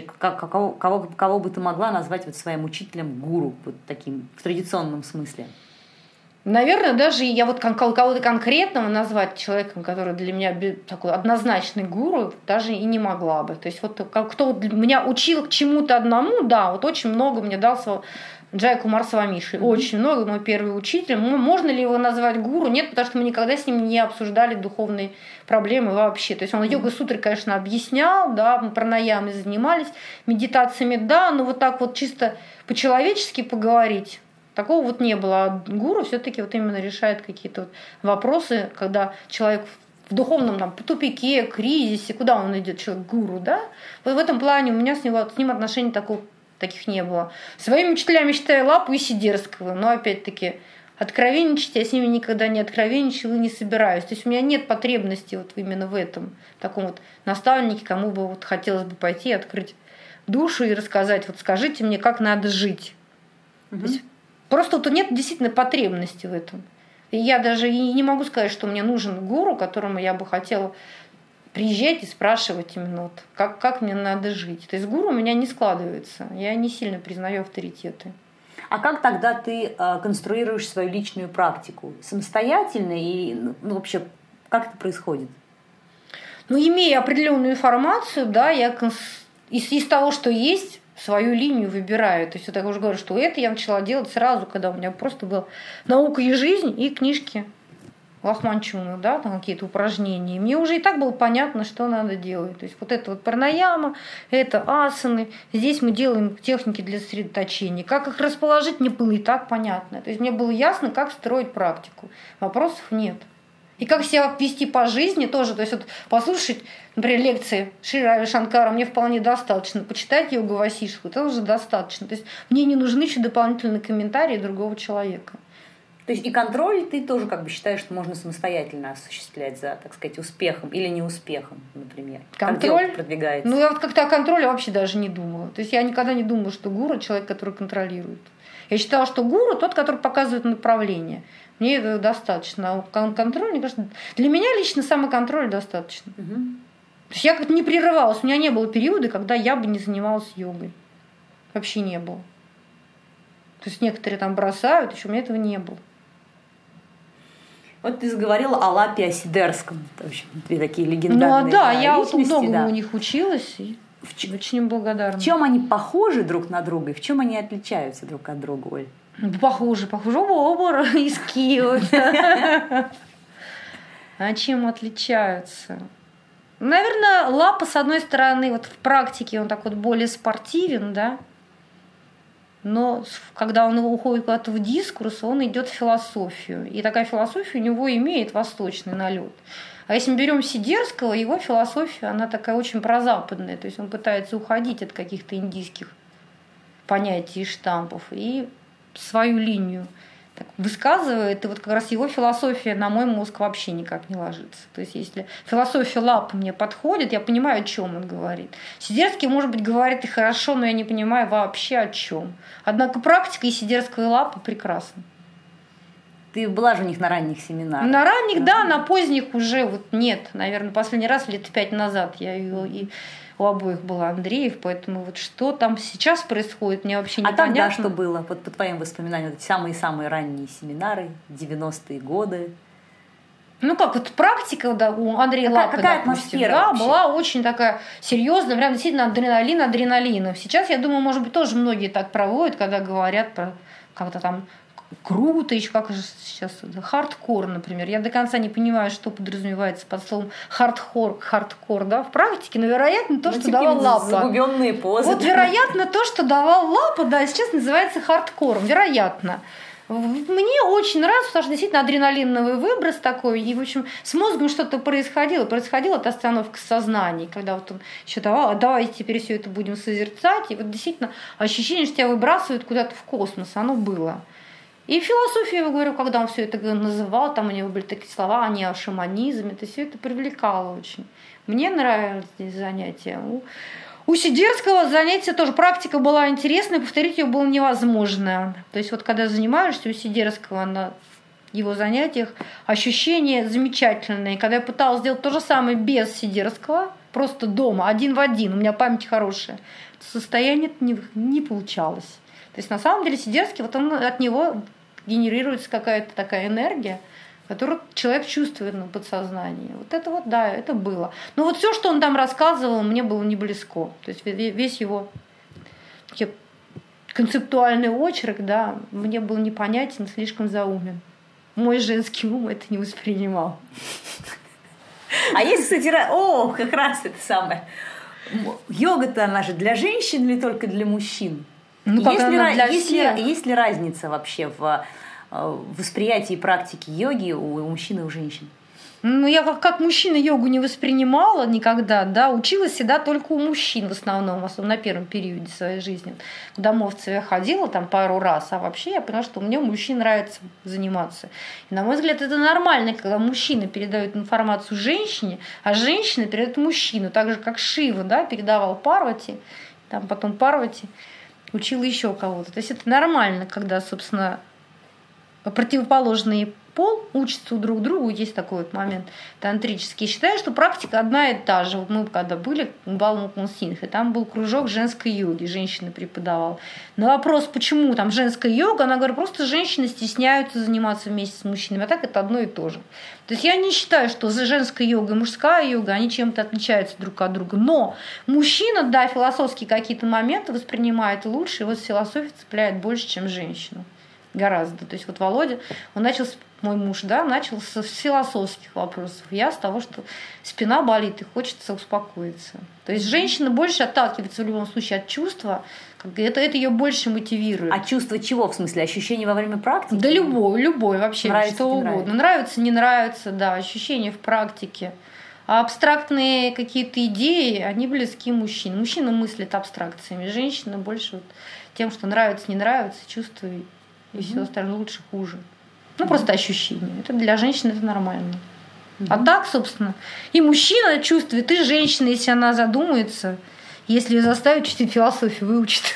кого бы ты могла назвать вот своим учителем, гуру, вот таким, в традиционном смысле? Наверное, даже я вот кого-то конкретного назвать человеком, который для меня такой однозначный гуру, даже и не могла бы. То есть вот кто меня учил к чему-то одному, да, вот очень много мне дал Джай Кумар Свамиши. Очень много, мой первый учитель. Можно ли его назвать гуру? Нет, потому что мы никогда с ним не обсуждали духовные проблемы вообще. То есть он йога-сутры, конечно, объяснял, да, мы пранаямой занимались, медитациями, да, но вот так вот чисто по-человечески поговорить, такого вот не было. А гуру все-таки вот именно решает какие-то вот вопросы, когда человек в духовном там, тупике, кризисе, куда он идет, человек гуру, да? Вот в этом плане у меня с ним отношений таких не было. Своими учителями считаю Лапу и Сидерского, но опять-таки откровенничать я с ними никогда не откровенничала и не собираюсь. То есть у меня нет потребности вот именно в этом, таком вот наставнике, кому бы вот хотелось бы пойти, открыть душу и рассказать, вот скажите мне, как надо жить. То есть просто вот нет действительно потребности в этом. И я даже и не могу сказать, что мне нужен гуру, которому я бы хотела приезжать и спрашивать именно, вот, как мне надо жить. То есть гуру у меня не складывается. Я не сильно признаю авторитеты. А как тогда ты конструируешь свою личную практику? Самостоятельно и вообще как это происходит? Ну, имея определенную информацию, да, я из того, что есть, свою линию выбираю. То есть вот я уже говорю, что это я начала делать сразу, когда у меня просто была наука и жизнь и книжки Лахманчуна, да, там какие-то упражнения. И мне уже и так было понятно, что надо делать. То есть вот это вот пранаяма, это асаны. Здесь мы делаем техники для сосредоточения. Как их расположить, мне было и так понятно. То есть мне было ясно, как строить практику. Вопросов нет. И как себя вести по жизни тоже. То есть вот послушать, например, лекции Шри Рави Шанкара мне вполне достаточно. Почитать йогу Васиштху, это уже достаточно. То есть мне не нужны еще дополнительные комментарии другого человека. То есть и контроль ты тоже как бы считаешь, что можно самостоятельно осуществлять за, так сказать, успехом или неуспехом, например? Контроль? Как продвигается? Ну, я вот как-то о контроле вообще даже не думала. То есть я никогда не думала, что гуру – человек, который контролирует. Я считала, что гуру – тот, который показывает направление. Мне этого достаточно. А контроль, мне кажется, для меня лично самоконтроль достаточно. То есть я как-то не прерывалась. У меня не было периода, когда я бы не занималась йогой. Вообще не было. То есть некоторые там бросают, еще у меня этого не было. Вот ты заговорила о Лапе, о Сидерском. В общем, две такие легендарные личности. Я вот много да. у них училась и очень им благодарна. В чем они похожи друг на друга и в чем они отличаются друг от друга, Оль? Похоже. Оба из Киева. А чем отличаются? Наверное, Лапа, с одной стороны, вот в практике он так вот более спортивен, да? Но когда он уходит куда-то в дискурс, он идет в философию. И такая философия у него имеет восточный налет. А если мы берем Сидерского, его философия, она такая очень прозападная. То есть он пытается уходить от каких-то индийских понятий и штампов и свою линию так высказывает. И вот как раз его философия на мой мозг вообще никак не ложится. То есть если философия Лапы мне подходит, я понимаю, о чем он говорит. Сидерский, может быть, говорит и хорошо, но я не понимаю вообще о чем. Однако практика и Сидерского, и Лапы прекрасна. Ты была же у них на ранних семинарах? На ранних, да, на поздних уже вот нет. Наверное, последний раз лет 5 назад я ее и у обоих была Андреев, поэтому вот что там сейчас происходит, мне вообще непонятно. А тогда что было? Вот по твоим воспоминаниям, самые-самые ранние семинары, 90-е годы. Ну как, вот практика, да, у Андрея Лапы, какая допустим, атмосфера да, вообще? была очень такая серьезная, прям действительно адреналин. Сейчас, я думаю, может быть, тоже многие так проводят, когда говорят про как-то там круто, еще как же сейчас хардкор, например. Я до конца не понимаю, что подразумевается под словом хардкор, да, в практике, но вероятно то, что давал Лапа. Загубенные позы. Вот вероятно то, что давал Лапа, да, сейчас называется хардкором, вероятно. Мне очень нравится, потому что действительно адреналиновый выброс такой, и, в общем, с мозгом что-то происходило. Происходила эта остановка сознания, когда вот он еще давал, а давайте теперь все это будем созерцать. И вот действительно ощущение, что тебя выбрасывают куда-то в космос, оно было. И в философии, я говорю, когда он все это называл, там у него были такие слова, они о шаманизме, то все это привлекало очень. Мне нравились здесь занятия. У Сидерского занятия тоже практика была интересная, повторить ее было невозможно. То есть вот когда занимаешься у Сидерского на его занятиях, ощущения замечательные. Когда я пыталась сделать то же самое без Сидерского, просто дома, один в один, у меня память хорошая, состояние не получалось. То есть на самом деле Сидерский, вот от него генерируется какая-то такая энергия, которую человек чувствует на подсознании. Вот это вот, да, это было. Но вот все, что он там рассказывал, мне было не близко. То есть весь его концептуальный очерк, да, мне был непонятен, слишком заумен. Мой женский ум это не воспринимал. А есть, кстати, как раз это самое. Йога-то она же для женщин или только для мужчин? Есть ли разница вообще в восприятии практики йоги у мужчин и у женщин? Ну, я как мужчина йогу не воспринимала никогда, да, училась всегда только у мужчин в основном, особенно на первом периоде своей жизни. В домовце я ходила там пару раз, а вообще я поняла, что мне у мужчин нравится заниматься. И, на мой взгляд, это нормально, когда мужчина передает информацию женщине, а женщина передает мужчину, так же, как Шива, да, передавал Парвати, там потом Парвати учила еще кого-то. То есть это нормально, когда, собственно, противоположный пол учатся друг другу, есть такой вот момент тантрический. Считаю, что практика одна и та же. Вот мы когда были в Балмукун-Синхе, там был кружок женской йоги, женщина преподавала. На вопрос, почему там женская йога, она говорит, просто женщины стесняются заниматься вместе с мужчинами, а так это одно и то же. То есть я не считаю, что женская йога и мужская йога, они чем-то отличаются друг от друга. Но мужчина, да, философские какие-то моменты воспринимает лучше, и вот философия цепляет больше, чем женщину. Гораздо. То есть вот Володя, он начал, мой муж, да, начал с философских вопросов. Я с того, что спина болит и хочется успокоиться. То есть женщина больше отталкивается в любом случае от чувства, это ее больше мотивирует. А чувство чего? В смысле, ощущение во время практики? Да любой вообще, нравится, что угодно. Нравится, не нравится, да, ощущения в практике. А абстрактные какие-то идеи, они близки мужчине. Мужчина мыслит абстракциями, женщина больше вот тем, что нравится, не нравится, чувствует. И все остальное лучше, хуже. Ну, просто ощущение. Это для женщины это нормально. А так, собственно, и мужчина чувствует, и женщина, если она задумается, если ее заставить читать философию, выучит.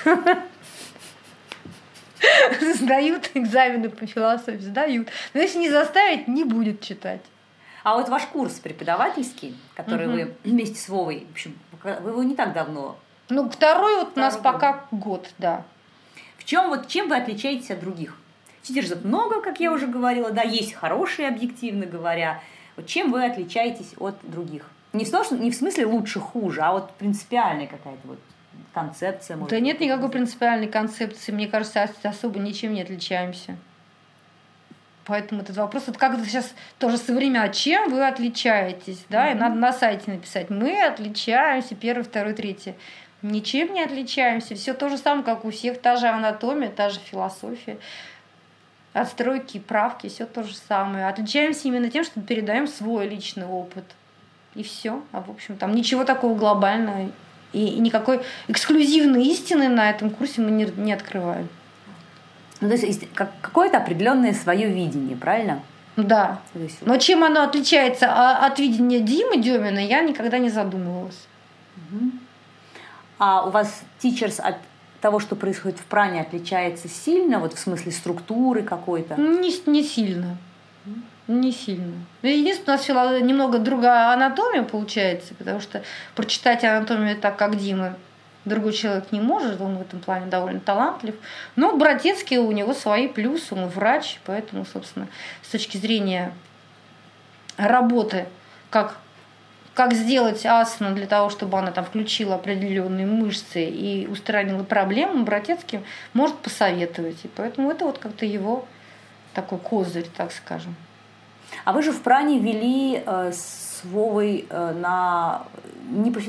Сдают экзамены по философии, сдают. Но если не заставить, не будет читать. А вот ваш курс преподавательский, который вы вместе с Вовой, в общем, вы его не так давно. Ну, второй вот у нас пока год, да. Чем вы отличаетесь от других? Сидержат много, как я уже говорила, да, есть хорошие, объективно говоря. Вот чем вы отличаетесь от других? Не в смысле лучше, хуже, а вот принципиальная какая-то вот концепция. Да нет никакой принципиальной концепции. Мне кажется, особо ничем не отличаемся. Поэтому этот вопрос, вот как это сейчас тоже современно, чем вы отличаетесь, да, и надо на сайте написать. Мы отличаемся, 1, 2, 3. Ничем не отличаемся. Все то же самое, как у всех. Та же анатомия, та же философия. Отстройки, правки, все то же самое. Отличаемся именно тем, что передаем свой личный опыт. И все. А в общем, там ничего такого глобального и никакой эксклюзивной истины на этом курсе мы не открываем. Ну, то есть какое-то определенное свое видение, правильно? Да. Но чем оно отличается от видения Димы Демина, я никогда не задумывалась. А у вас teachers от того, что происходит в пране, отличается сильно, вот в смысле структуры какой-то? Не сильно. Не сильно. Единственное, у нас немного другая анатомия получается, потому что прочитать анатомию так, как Дима, другой человек не может, он в этом плане довольно талантлив. Но Братецкий, у него свои плюсы, он врач, поэтому, собственно, с точки зрения работы, как сделать асану для того, чтобы она там включила определенные мышцы и устранила проблему, Братецкий может посоветовать. И поэтому это вот как-то его такой козырь, так скажем. А вы же в пране вели с Вовой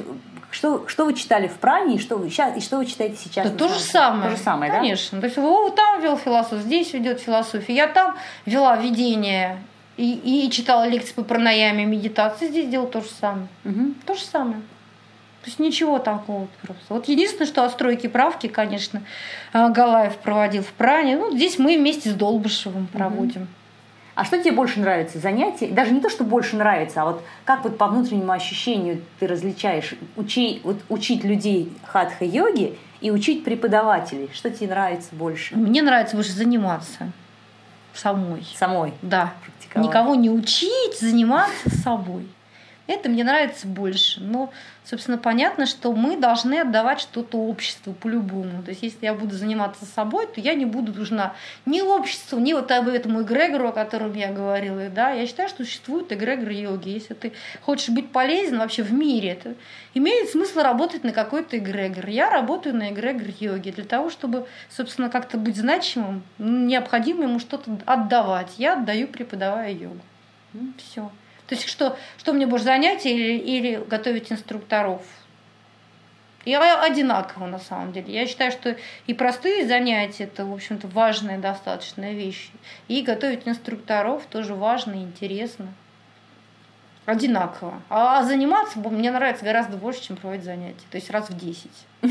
Что вы читали в Пране, и что вы читаете сейчас? Да то же самое. То же самое, конечно. Да? То есть Вова там вел философию, здесь ведет философию. Я там вела ведение и читала лекции по пранаяме, медитации. Здесь делала то же самое. Угу. То же самое. То есть ничего такого просто. Вот единственное, что отстройки правки, конечно, Галаев проводил в Пране. Ну, здесь мы вместе с Долбышевым проводим. А что тебе больше нравится? Занятия? Даже не то, что больше нравится, а вот как вот по внутреннему ощущению ты различаешь учить людей хатха-йоге и учить преподавателей? Что тебе нравится больше? Мне нравится больше заниматься самой. Самой? Да. Практиковать. Никого не учить, заниматься собой. Это мне нравится больше. Но, собственно, понятно, что мы должны отдавать что-то обществу по-любому. То есть, если я буду заниматься собой, то я не буду нужна ни обществу, ни вот этому эгрегору, о котором я говорила. Да? Я считаю, что существует эгрегор йоги. Если ты хочешь быть полезен вообще в мире, это имеет смысл работать на какой-то эгрегор. Я работаю на эгрегор йоги. Для того, чтобы, собственно, как-то быть значимым, необходимо ему что-то отдавать. Я отдаю, преподавая йогу. Все. То есть что мне больше занятий или готовить инструкторов? И одинаково на самом деле. Я считаю, что и простые занятия – это, в общем-то, важная достаточная вещь. И готовить инструкторов тоже важно и интересно. Одинаково. А заниматься мне нравится гораздо больше, чем проводить занятия. То есть раз в 10.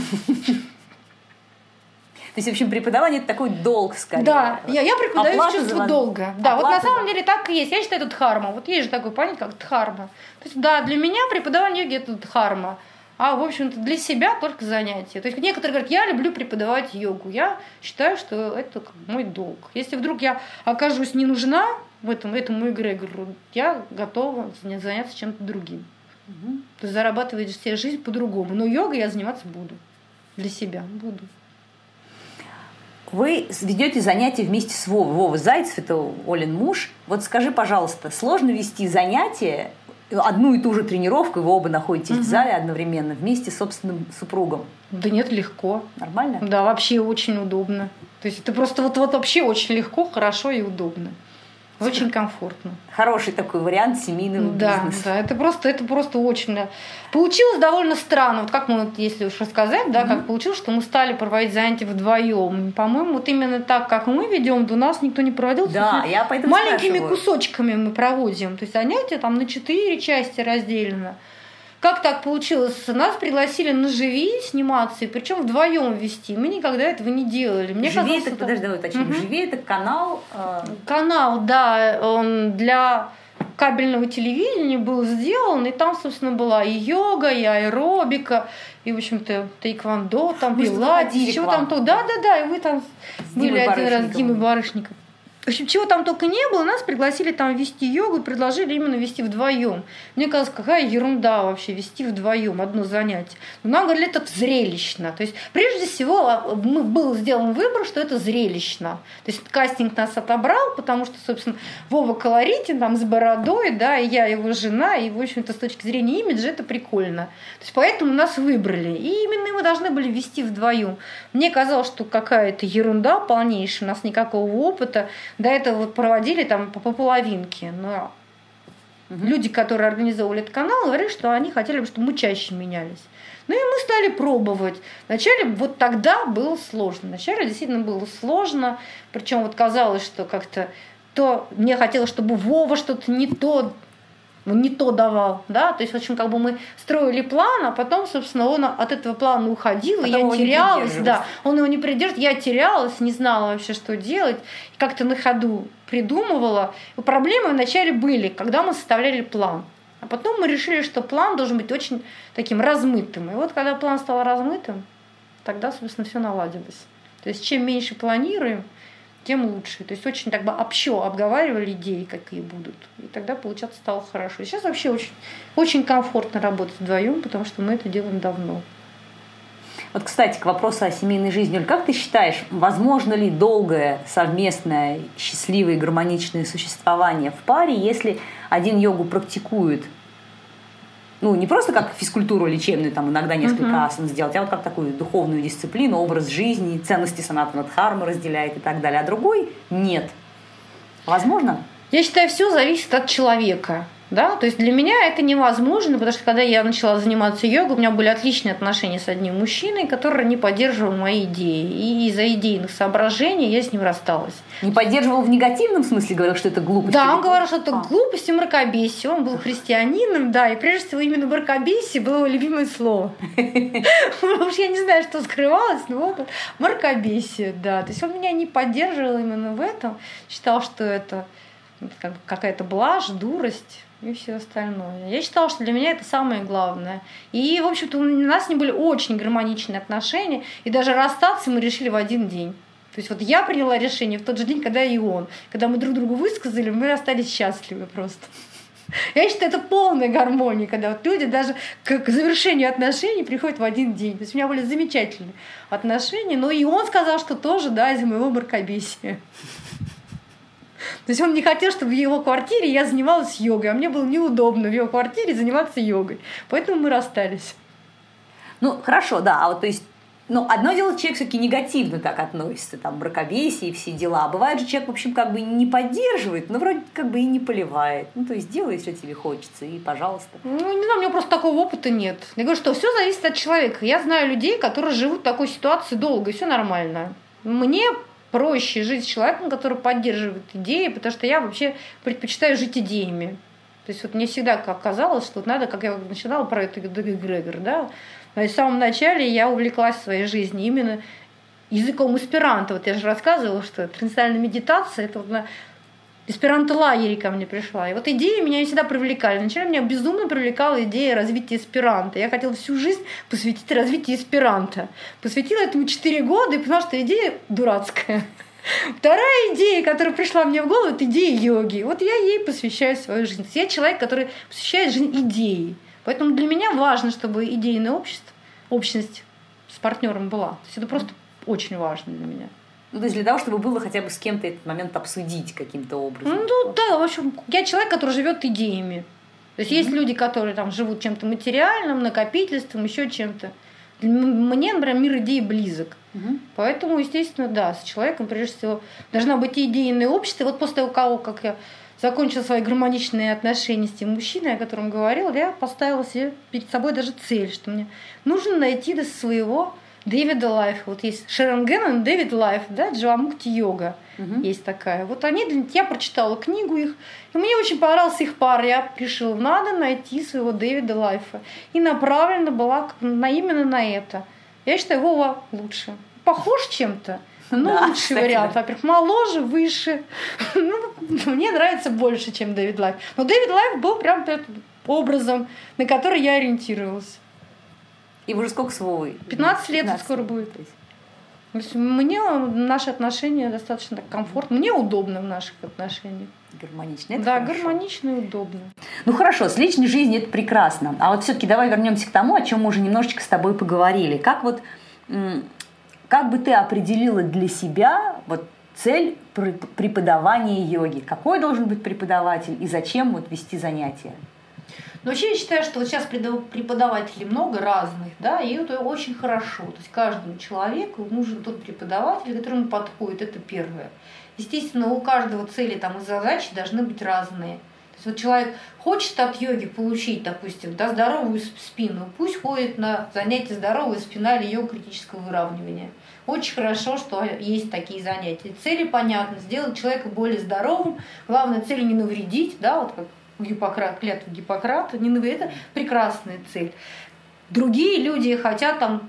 То есть, в общем, преподавание – это такой долг, скорее. Да, я преподаю с чувством долга. Да, вот на самом деле так и есть. Я считаю, это дхарма. Вот есть же такое понятие, как дхарма. То есть, да, для меня преподавание йоги – это дхарма. А, в общем-то, для себя только занятие. То есть, некоторые говорят, я люблю преподавать йогу. Я считаю, что это мой долг. Если вдруг я окажусь не нужна этому эгрегору, я готова заняться чем-то другим. Угу. То есть, зарабатывать себе жизнь по-другому. Но йогой я заниматься буду. Для себя буду. Вы ведете занятия вместе с Вовой. Вова Зайцев – это Олин муж. Вот скажи, пожалуйста, сложно вести занятия, одну и ту же тренировку, вы оба находитесь в зале одновременно, вместе с собственным супругом? Да нет, легко. Нормально? Да, вообще очень удобно. То есть это просто вот вообще очень легко, хорошо и удобно. Очень комфортно. Хороший такой вариант семейного бизнеса. Да, это просто очень. Да. Получилось довольно странно. Вот как мы, если уж рассказать, да, как получилось, что мы стали проводить занятия вдвоем. По-моему, вот именно так, как мы ведем, до нас никто не проводил. Да, я поэтому маленькими спрашиваю. Кусочками мы проводим. То есть занятия там на 4 части разделено. Как так получилось? Нас пригласили на Живи сниматься, и причем вдвоем вести. Мы никогда этого не делали. Мне Живи это, подожди, давай уточним. Живи это канал. Канал, да, он для кабельного телевидения был сделан, и там, собственно, была и йога, и аэробика, и, в общем-то, тэйквондо, там пилатес, чего там то. Да, и вы там были один раз с Димой Барышниковым. В общем, чего там только не было, нас пригласили там вести йогу и предложили именно вести вдвоем. Мне казалось, какая ерунда вообще вести вдвоем одно занятие. Но нам говорили, это зрелищно. То есть, прежде всего, был сделан выбор, что это зрелищно. То есть, кастинг нас отобрал, потому что, собственно, Вова колоритен, там, с бородой, да, и я его жена, и, в общем-то, с точки зрения имиджа это прикольно. То есть, поэтому нас выбрали. И именно мы должны были вести вдвоем. Мне казалось, что какая-то ерунда полнейшая, у нас никакого опыта. До этого вот проводили там по половинке. Но люди, которые организовывали этот канал, говорили, что они хотели бы, чтобы мы чаще менялись. Ну и мы стали пробовать. Вначале вот тогда было сложно. Вначале действительно было сложно. Причем вот казалось, что как-то то мне хотелось, чтобы Вова что-то не то давал, да, то есть, в общем, как бы мы строили план, а потом, собственно, он от этого плана уходил, и я терялась, да, он его не придерживал, я терялась, не знала вообще, что делать, и как-то на ходу придумывала. И проблемы вначале были, когда мы составляли план, а потом мы решили, что план должен быть очень таким размытым, и вот когда план стал размытым, тогда, собственно, все наладилось. То есть, чем меньше планируем, тем лучше. То есть очень так бы обговаривали идеи, какие будут. И тогда получаться стало хорошо. И сейчас вообще очень, очень комфортно работать вдвоем, потому что мы это делаем давно. Вот, кстати, к вопросу о семейной жизни. Оль, как ты считаешь, возможно ли долгое, совместное, счастливое и гармоничное существование в паре, если один йогу практикует? Ну, не просто как физкультуру лечебную, там иногда несколько асан сделать, а вот как такую духовную дисциплину, образ жизни, ценности санатана дхармы разделяет и так далее, а другой нет. Возможно? Я считаю, все зависит от человека. Да, то есть для меня это невозможно, потому что когда я начала заниматься йогой, у меня были отличные отношения с одним мужчиной, который не поддерживал мои идеи. И из-за идейных соображений я с ним рассталась. Не поддерживал в негативном смысле, говорил, что это глупость? Да, он говорил, что это глупость и мракобесие. Он был христианином, да, и прежде всего именно мракобесие было его любимое слово. Потому что я не знаю, что скрывалось, но вот мракобесие, да. То есть он меня не поддерживал именно в этом, считал, что это какая-то блажь, дурость и все остальное. Я считала, что для меня это самое главное. И, в общем-то, у нас с ним были очень гармоничные отношения, и даже расстаться мы решили в один день. То есть вот я приняла решение в тот же день, когда и он. Когда мы друг другу высказали, мы остались счастливы просто. Я считаю, это полная гармония, когда вот люди даже к завершению отношений приходят в один день. То есть у меня были замечательные отношения, но и он сказал, что тоже, да, из-за моего мракобесия. То есть он не хотел, чтобы в его квартире я занималась йогой, а мне было неудобно в его квартире заниматься йогой. Поэтому мы расстались. Ну, хорошо, да. А вот, то есть, одно дело, человек все-таки негативно так относится, там, мракобесие и все дела. А бывает же, человек, в общем, как бы не поддерживает, но вроде как бы и не поливает. Ну, то есть, делай, что тебе хочется, и пожалуйста. Ну, не знаю, у меня просто такого опыта нет. Я говорю, что все зависит от человека. Я знаю людей, которые живут в такой ситуации долго, и все нормально. Мне проще жить с человеком, который поддерживает идеи, потому что я вообще предпочитаю жить идеями. То есть вот мне всегда казалось, что вот надо, как я начинала про это эгрегор, да, в самом начале я увлеклась в своей жизни именно языком эсперанто. Вот я же рассказывала, что трансцендентальная медитация, это вот на эсперанто-лагере ко мне пришла. И вот идеи меня всегда привлекали. Вначале меня безумно привлекала идея развития эсперанто. Я хотела всю жизнь посвятить развитию эсперанто. Посвятила этому 4 года и поняла, что идея дурацкая. Вторая идея, которая пришла мне в голову, это идея йоги. Вот я ей посвящаю свою жизнь. Я человек, который посвящает жизнь идеи. Поэтому для меня важно, чтобы идейная общность с партнером была. То есть это просто очень важно для меня. Ну, то есть для того, чтобы было хотя бы с кем-то этот момент обсудить каким-то образом. Ну да, в общем, я человек, который живет идеями. То есть есть люди, которые там живут чем-то материальным, накопительством, еще чем-то. Мне, например, мир идей близок. Поэтому, естественно, да, с человеком, прежде всего, должна быть идейное общество. И вот после того, как я закончила свои гармоничные отношения с тем мужчиной, о котором говорила, я поставила себе перед собой даже цель, что мне нужно найти до своего Дэвида Лайфа. Вот есть Шерон Геннон, Дэвид Лайф, да, Дживамукти йога есть такая. Вот я прочитала книгу их, и мне очень понравился их пар. Я решила, надо найти своего Дэвида Лайфа. И направлена была именно на это. Я считаю, Вова лучше. Похож чем-то, но да, лучший кстати, вариант. Да. Во-первых, моложе, выше. Мне нравится больше, чем Дэвид Лайф. Но Дэвид Лайф был прям образом, на который я ориентировалась. И уже сколько с Вовой? 15 лет скоро будет. То есть мне наши отношения достаточно комфортны. Мне удобно в наших отношениях. Гармонично. Это да, хорошо. Гармонично и удобно. Ну хорошо, с личной жизнью это прекрасно. А вот все-таки давай вернемся к тому, о чем мы уже немножечко с тобой поговорили. Как бы ты определила для себя вот цель преподавания йоги? Какой должен быть преподаватель и зачем вот вести занятия? Но вообще я считаю, что вот сейчас преподавателей много разных, да, и это очень хорошо. То есть каждому человеку нужен тот преподаватель, который ему подходит, это первое. Естественно, у каждого цели там, и задачи должны быть разные. То есть вот человек хочет от йоги получить, допустим, да, здоровую спину, пусть ходит на занятия здоровая спина или йога критического выравнивания. Очень хорошо, что есть такие занятия. Цели понятны, сделать человека более здоровым. Главная цель не навредить, да, вот как клятва Гиппократа, не навредить, это прекрасная цель. Другие люди хотят там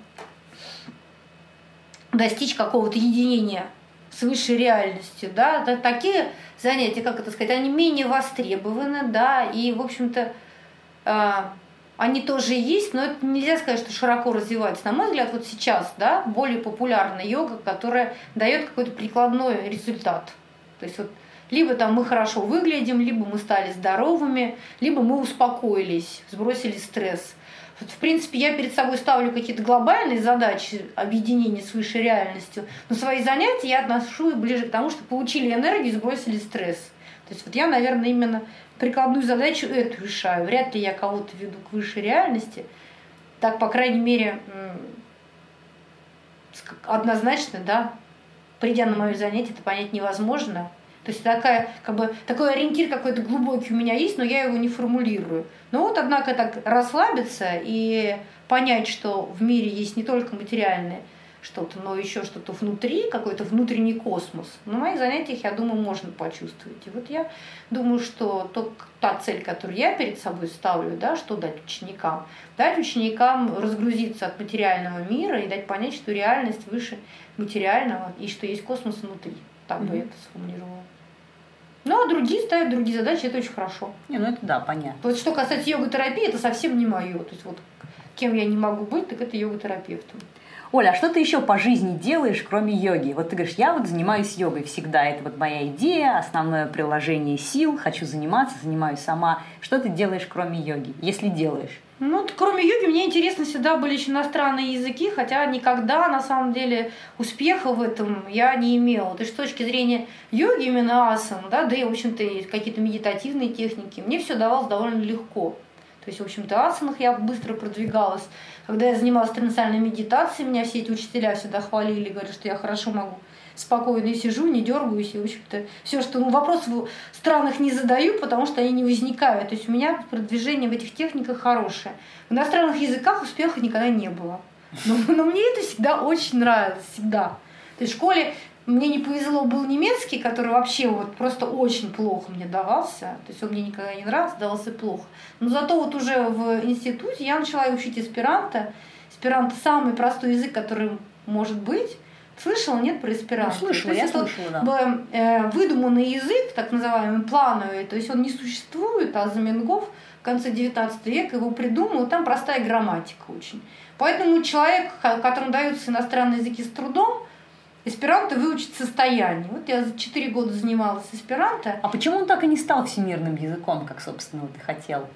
достичь какого-то единения с высшей реальностью, да, такие занятия, как это сказать, они менее востребованы, да, и, в общем-то, они тоже есть, но это нельзя сказать, что широко развивается. На мой взгляд, вот сейчас, да, более популярна йога, которая дает какой-то прикладной результат. То есть вот либо там мы хорошо выглядим, либо мы стали здоровыми, либо мы успокоились, сбросили стресс. Вот, в принципе, я перед собой ставлю какие-то глобальные задачи объединения с высшей реальностью, но свои занятия я отношу ближе к тому, что получили энергию, сбросили стресс. То есть вот я, наверное, именно прикладную задачу эту решаю. Вряд ли я кого-то веду к высшей реальности. Так, по крайней мере, однозначно, да, придя на мое занятие, это понять невозможно. То есть такой ориентир какой-то глубокий у меня есть, но я его не формулирую. Но вот, однако, так расслабиться и понять, что в мире есть не только материальное что-то, но еще что-то внутри, какой-то внутренний космос. На моих занятиях, я думаю, можно почувствовать. И вот я думаю, что та цель, которую я перед собой ставлю, да, что дать ученикам? Дать ученикам разгрузиться от материального мира и дать понять, что реальность выше материального и что есть космос внутри. Так бы я это сформулировала. Ну, а другие ставят другие задачи, это очень хорошо. Ну это да, понятно. Вот что касается йога-терапии, это совсем не мое. То есть вот кем я не могу быть, так это йога-терапевтом. Оля, а что ты еще по жизни делаешь, кроме йоги? Вот ты говоришь, я вот занимаюсь йогой всегда, это вот моя идея, основное приложение сил, хочу заниматься, занимаюсь сама. Что ты делаешь, кроме йоги, если делаешь? Ну, кроме йоги, мне интересно всегда были еще иностранные языки, хотя никогда, на самом деле, успеха в этом я не имела. То есть, с точки зрения йоги, именно асан, да и, в общем-то, какие-то медитативные техники, мне все давалось довольно легко. То есть, в общем-то, асанах я быстро продвигалась. Когда я занималась трансцендентальной медитацией, меня все эти учителя всегда хвалили, говорят, что я хорошо могу. Спокойно сижу, не дергаюсь, и, в общем-то, все, что вопросов странных не задаю, потому что они не возникают. То есть у меня продвижение в этих техниках хорошее. В иностранных языках успеха никогда не было. Но мне это всегда очень нравилось, всегда. То есть в школе мне не повезло, был немецкий, который вообще вот просто очень плохо мне давался. То есть он мне никогда не нравился, давался плохо. Но зато вот уже в институте я начала учить эсперанто. Эсперанто самый простой язык, который может быть. Слышала, нет, про эсперанто? Слышала, я слышала, да. Выдуманный язык, так называемый плановый, то есть он не существует, а Заменгоф в конце 19 века его придумал, там простая грамматика очень. Поэтому человек, которому даются иностранные языки с трудом, эсперанто выучить состояние. Вот я за 4 года занималась эсперанто. А почему он так и не стал всемирным языком, как, собственно, ты хотел?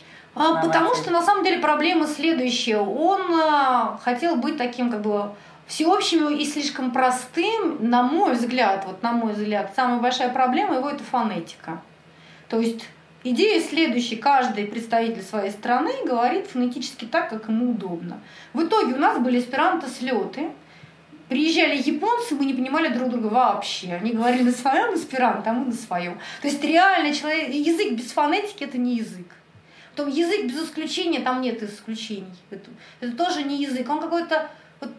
Потому что, на самом деле, проблема следующая. Он хотел быть таким, всеобщим и слишком простым, на мой взгляд, самая большая проблема его – это фонетика. То есть идея следующая: каждый представитель своей страны говорит фонетически так, как ему удобно. В итоге у нас были эсперанто-слеты. Приезжали японцы, мы не понимали друг друга вообще. Они говорили на своем эсперанто, а мы на своем. То есть реально язык без фонетики – это не язык. Потом язык без исключения, там нет исключений. Это тоже не язык. Он какой-то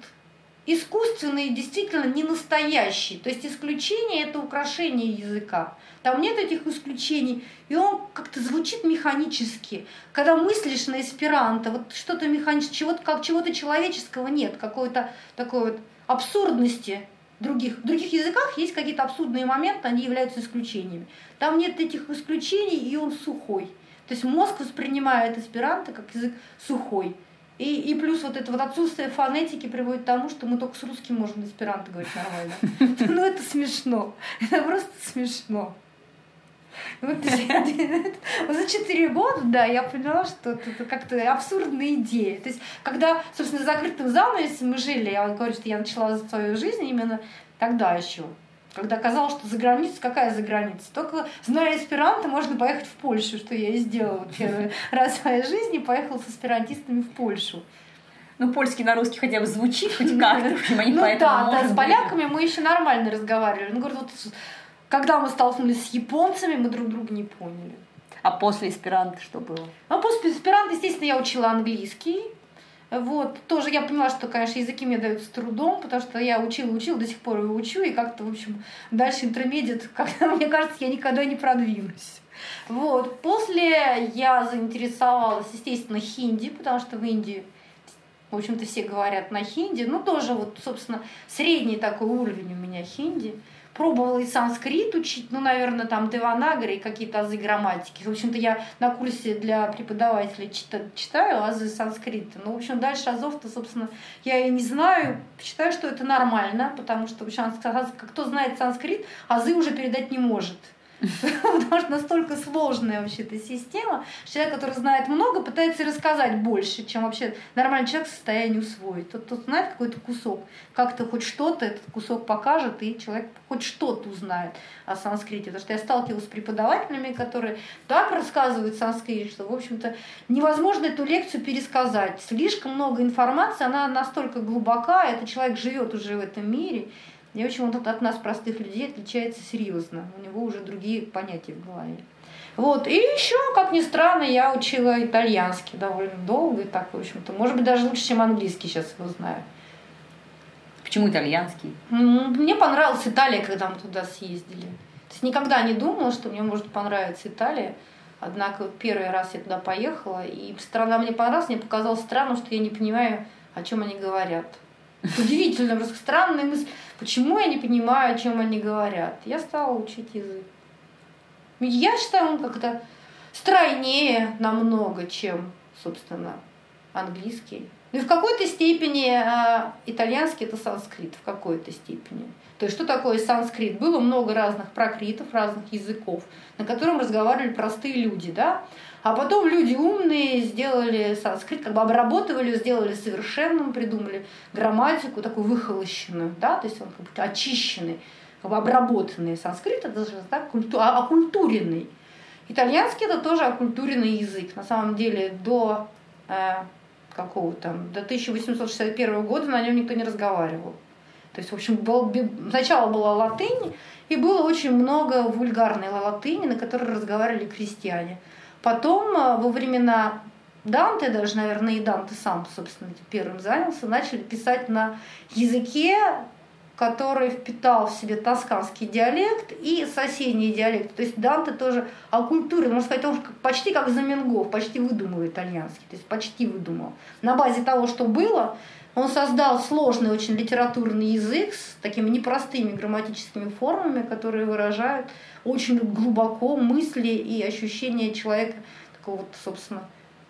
искусственный, действительно не настоящий. То есть исключение – это украшение языка. Там нет этих исключений, и он как-то звучит механически. Когда мыслишь на эсперанто, что-то механическое, чего-то человеческого нет, какой-то такой абсурдности. В других языках есть какие-то абсурдные моменты, они являются исключениями. Там нет этих исключений, и он сухой. То есть мозг воспринимает эсперанто как язык сухой. И плюс это отсутствие фонетики приводит к тому, что мы только с русским можем эсперанто говорить нормально. Ну это смешно. Это просто смешно. За 4 года, я поняла, что это как-то абсурдная идея. То есть, когда, собственно, закрытым занавесом мы жили, я говорю, что я начала свою жизнь именно тогда еще. Когда казалось, что за границей, какая за граница? Только зная эсперанто, можно поехать в Польшу, что я и сделала первый раз в своей жизни, поехала с эсперантистами в Польшу. Ну, польский на русский хотя бы звучит хоть как-то. Ну да, с поляками мы еще нормально разговаривали. Ну, говорю, когда мы столкнулись с японцами, мы друг друга не поняли. А после эсперанто что было? А после эсперанто, естественно, я учила английский. Тоже я поняла, что, конечно, языки мне даются с трудом, потому что я учила, до сих пор его учу, и как-то, в общем, дальше интермедиат, мне кажется, я никогда не продвинусь. После я заинтересовалась, естественно, хинди, потому что в Индии, в общем-то, все говорят на хинди. Тоже, собственно, средний такой уровень у меня хинди. Пробовала и санскрит учить, наверное, там деванагари и какие-то азы грамматики. В общем-то, я на курсе для преподавателей читаю азы санскрита. В общем, дальше азов-то, собственно, я и не знаю. Считаю, что это нормально, потому что кто знает санскрит, азы уже передать не может. Потому что настолько сложная вообще-то система. Человек, который знает много, пытается рассказать больше, чем вообще нормальный человек в состоянии усвоить. Тот знает какой-то кусок, как-то хоть что-то этот кусок покажет, и человек хоть что-то узнает о санскрите. Потому что я сталкивалась с преподавателями, которые так рассказывают санскрит, что, в общем-то, невозможно эту лекцию пересказать. Слишком много информации, она настолько глубока, этот человек живет уже в этом мире. И очень он от нас, простых людей, отличается серьезно. У него уже другие понятия в голове. Вот. И еще, как ни странно, я учила итальянский довольно долго. И так, в общем-то, может быть, даже лучше, чем английский сейчас его знаю. Почему итальянский? Мне понравилась Италия, когда мы туда съездили. То есть никогда не думала, что мне может понравиться Италия. Однако первый раз я туда поехала, и страна мне понравилась, мне показалось странным, что я не понимаю, о чем они говорят. Удивительно, просто странная мысль. Почему я не понимаю, о чем они говорят? Я стала учить язык. Я считаю, он как-то стройнее намного, чем, собственно, английский. Ну и в какой-то степени итальянский это санскрит, в какой-то степени. То есть что такое санскрит? Было много разных пракритов, разных языков, на котором разговаривали простые люди, да? А потом люди умные сделали санскрит, как бы обработали, сделали совершенным, придумали грамматику такую выхолощенную, да? То есть он как бы очищенный, как бы обработанный. Санскрит это же так, окультуренный. Итальянский это тоже окультуренный язык. На самом деле до до 1861 года на нем никто не разговаривал. То есть, в общем, сначала была латынь, и было очень много вульгарной латыни, на которой разговаривали крестьяне. Потом, во времена Данте, даже, наверное, и Данте сам, собственно, первым занялся, начали писать на языке, который впитал в себе тосканский диалект и соседние диалекты. То есть Данте тоже окультурил, можно сказать, он почти как Заменгов, почти выдумал итальянский, то есть почти выдумал. На базе того, что было, он создал сложный очень литературный язык с такими непростыми грамматическими формами, которые выражают очень глубоко мысли и ощущения человека, такого вот, собственно,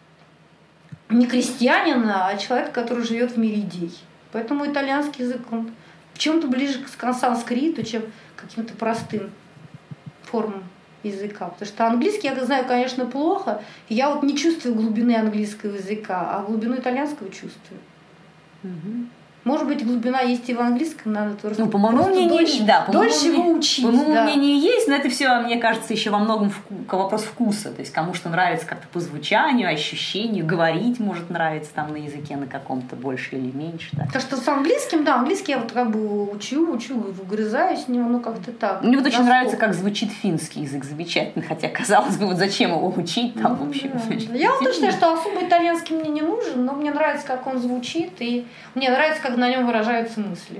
не крестьянина, а человека, который живет в мире идей. Поэтому итальянский язык, он в чем-то ближе к санскриту, чем к каким-то простым формам языка. Потому что английский я знаю, конечно, плохо. И я вот не чувствую глубины английского языка, а глубину итальянского чувствую. Угу. Может быть, глубина есть и в английском, надо тоже. Ну, по моему мнению, дольше его учить. По моему мнению, есть, но это все, мне кажется, еще во многом вопрос вкуса. То есть кому что нравится как-то по звучанию, ощущению, говорить может нравиться там на языке на каком-то больше или меньше. Да. То, что с английским, да, английский я вот как бы учу, выгрызаюсь в него, ну как-то так. Мне вот очень нравится, как звучит финский язык, замечательно, хотя, казалось бы, вот зачем его учить там, в общем. Да. Я вот считаю, что особо итальянский мне не нужен, но мне нравится, как он звучит, и мне нравится, как на нем выражаются мысли.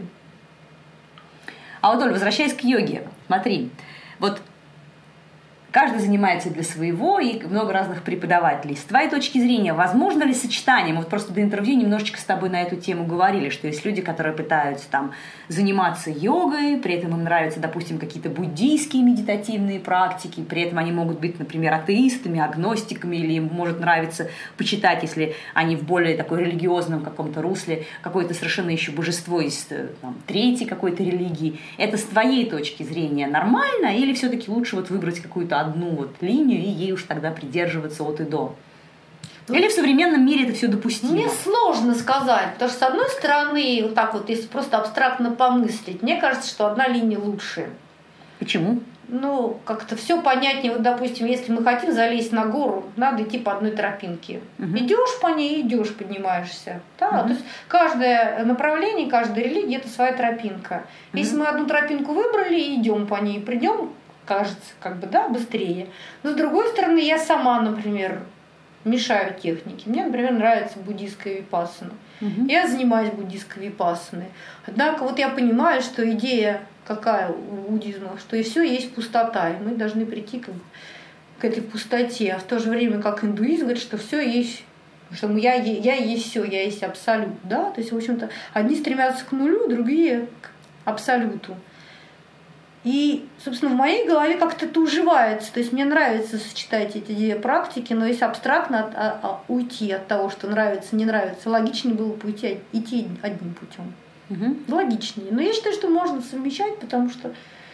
А вот, Оль, возвращаясь к йоге, смотри, вот каждый занимается для своего, и много разных преподавателей. С твоей точки зрения, возможно ли сочетание? Мы вот просто до интервью немножечко с тобой на эту тему говорили, что есть люди, которые пытаются там заниматься йогой, при этом им нравятся, допустим, какие-то буддийские медитативные практики, при этом они могут быть, например, атеистами, агностиками, или им может нравиться почитать, если они в более такой религиозном каком-то русле, какое-то совершенно еще божество из там, третьей какой-то религии. Это с твоей точки зрения нормально, или все-таки лучше вот выбрать какую-то одну вот линию и ей уж тогда придерживаться от и до? Или в современном мире это все допустимо? Мне сложно сказать, потому что, с одной стороны, вот так вот, если просто абстрактно помыслить, мне кажется, что одна линия лучше. Почему? Ну, как-то все понятнее. Вот, допустим, если мы хотим залезть на гору, надо идти по одной тропинке. Идешь по ней, идешь, поднимаешься. Да? То есть каждое направление, каждая религия – это своя тропинка. Если мы одну тропинку выбрали и идем по ней, придем, кажется, как бы, да, быстрее. Но с другой стороны, я сама, например, мешаю технике. Мне, например, нравится буддийская випассана. Я занимаюсь буддийской випассаной. Однако вот я понимаю, что идея какая у буддизма, что и все есть пустота, и мы должны прийти к этой пустоте. А в то же время, как индуизм говорит, что все есть, что я есть все, я есть абсолют. Да? То есть, в общем-то, одни стремятся к нулю, другие к абсолюту. И, собственно, в моей голове как-то это уживается. То есть мне нравится сочетать эти две практики, но если абстрактно уйти от того, что нравится, не нравится, логичнее было бы идти одним путем. Логичнее. Но я считаю, что можно совмещать, потому что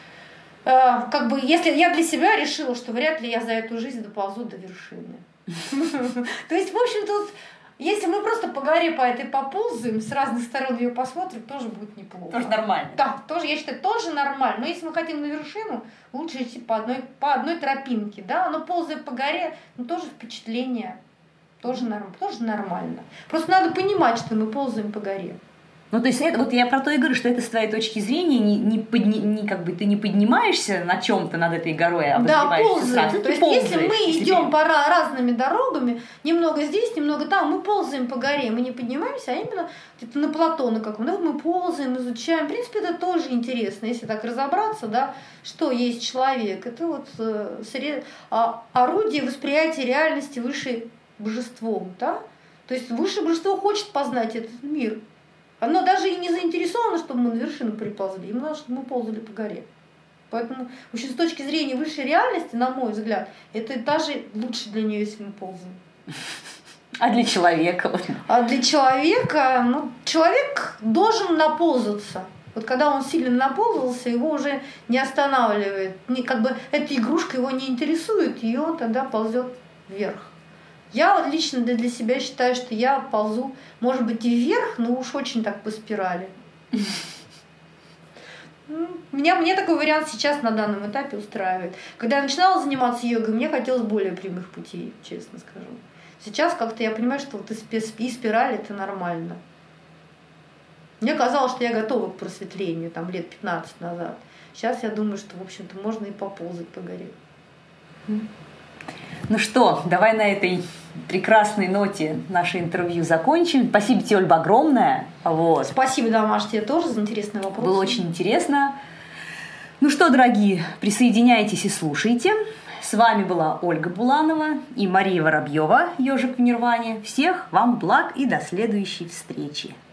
как бы, если я для себя решила, что вряд ли я за эту жизнь доползу до вершины. То есть, в общем-то, если мы просто по горе по этой поползаем, с разных сторон ее посмотрим, тоже будет неплохо. Тоже нормально. Да, тоже, я считаю, тоже нормально. Но если мы хотим на вершину, лучше идти по одной тропинке. Да? Но ползая по горе, тоже впечатление. Тоже нормально. Просто надо понимать, что мы ползаем по горе. Ну, то есть, это, вот я про то и говорю, что это с твоей точки зрения как бы ты не поднимаешься на чем-то над этой горой, а ползаем. сразу. То есть, если мы идем по разными дорогами, немного здесь, немного там, мы ползаем по горе, мы не поднимаемся, а именно где-то на плато на каком-то, да, мы ползаем, изучаем. В принципе, это тоже интересно, если так разобраться, да, что есть человек. Это вот орудие восприятия реальности выше божеством, да? То есть высшее божество хочет познать этот мир. Оно даже и не заинтересовано, чтобы мы на вершину приползли. Им надо, чтобы мы ползали по горе. Поэтому, в общем, с точки зрения высшей реальности, на мой взгляд, это даже лучше для нее, если мы ползаем. А для человека? А для человека, человек должен наползаться. Вот когда он сильно наползался, его уже не останавливает. Как бы эта игрушка его не интересует, и он тогда ползет вверх. Я вот лично для себя считаю, что я ползу, может быть, и вверх, но уж очень так по спирали. Мне такой вариант сейчас на данном этапе устраивает. Когда я начинала заниматься йогой, мне хотелось более прямых путей, честно скажу. Сейчас как-то я понимаю, что вот и спираль это нормально. Мне казалось, что я готова к просветлению там, лет 15 назад. Сейчас я думаю, что, в общем-то, можно и поползать по горе. Ну что, давай на этой прекрасной ноте наше интервью закончим. Спасибо тебе, Ольга, огромное. Вот. Спасибо, Маш, тебе тоже за интересный вопрос. Было очень интересно. Ну что, дорогие, присоединяйтесь и слушайте. С вами была Ольга Буланова и Мария Воробьева, «Ежик в Нирване». Всех вам благ и до следующей встречи.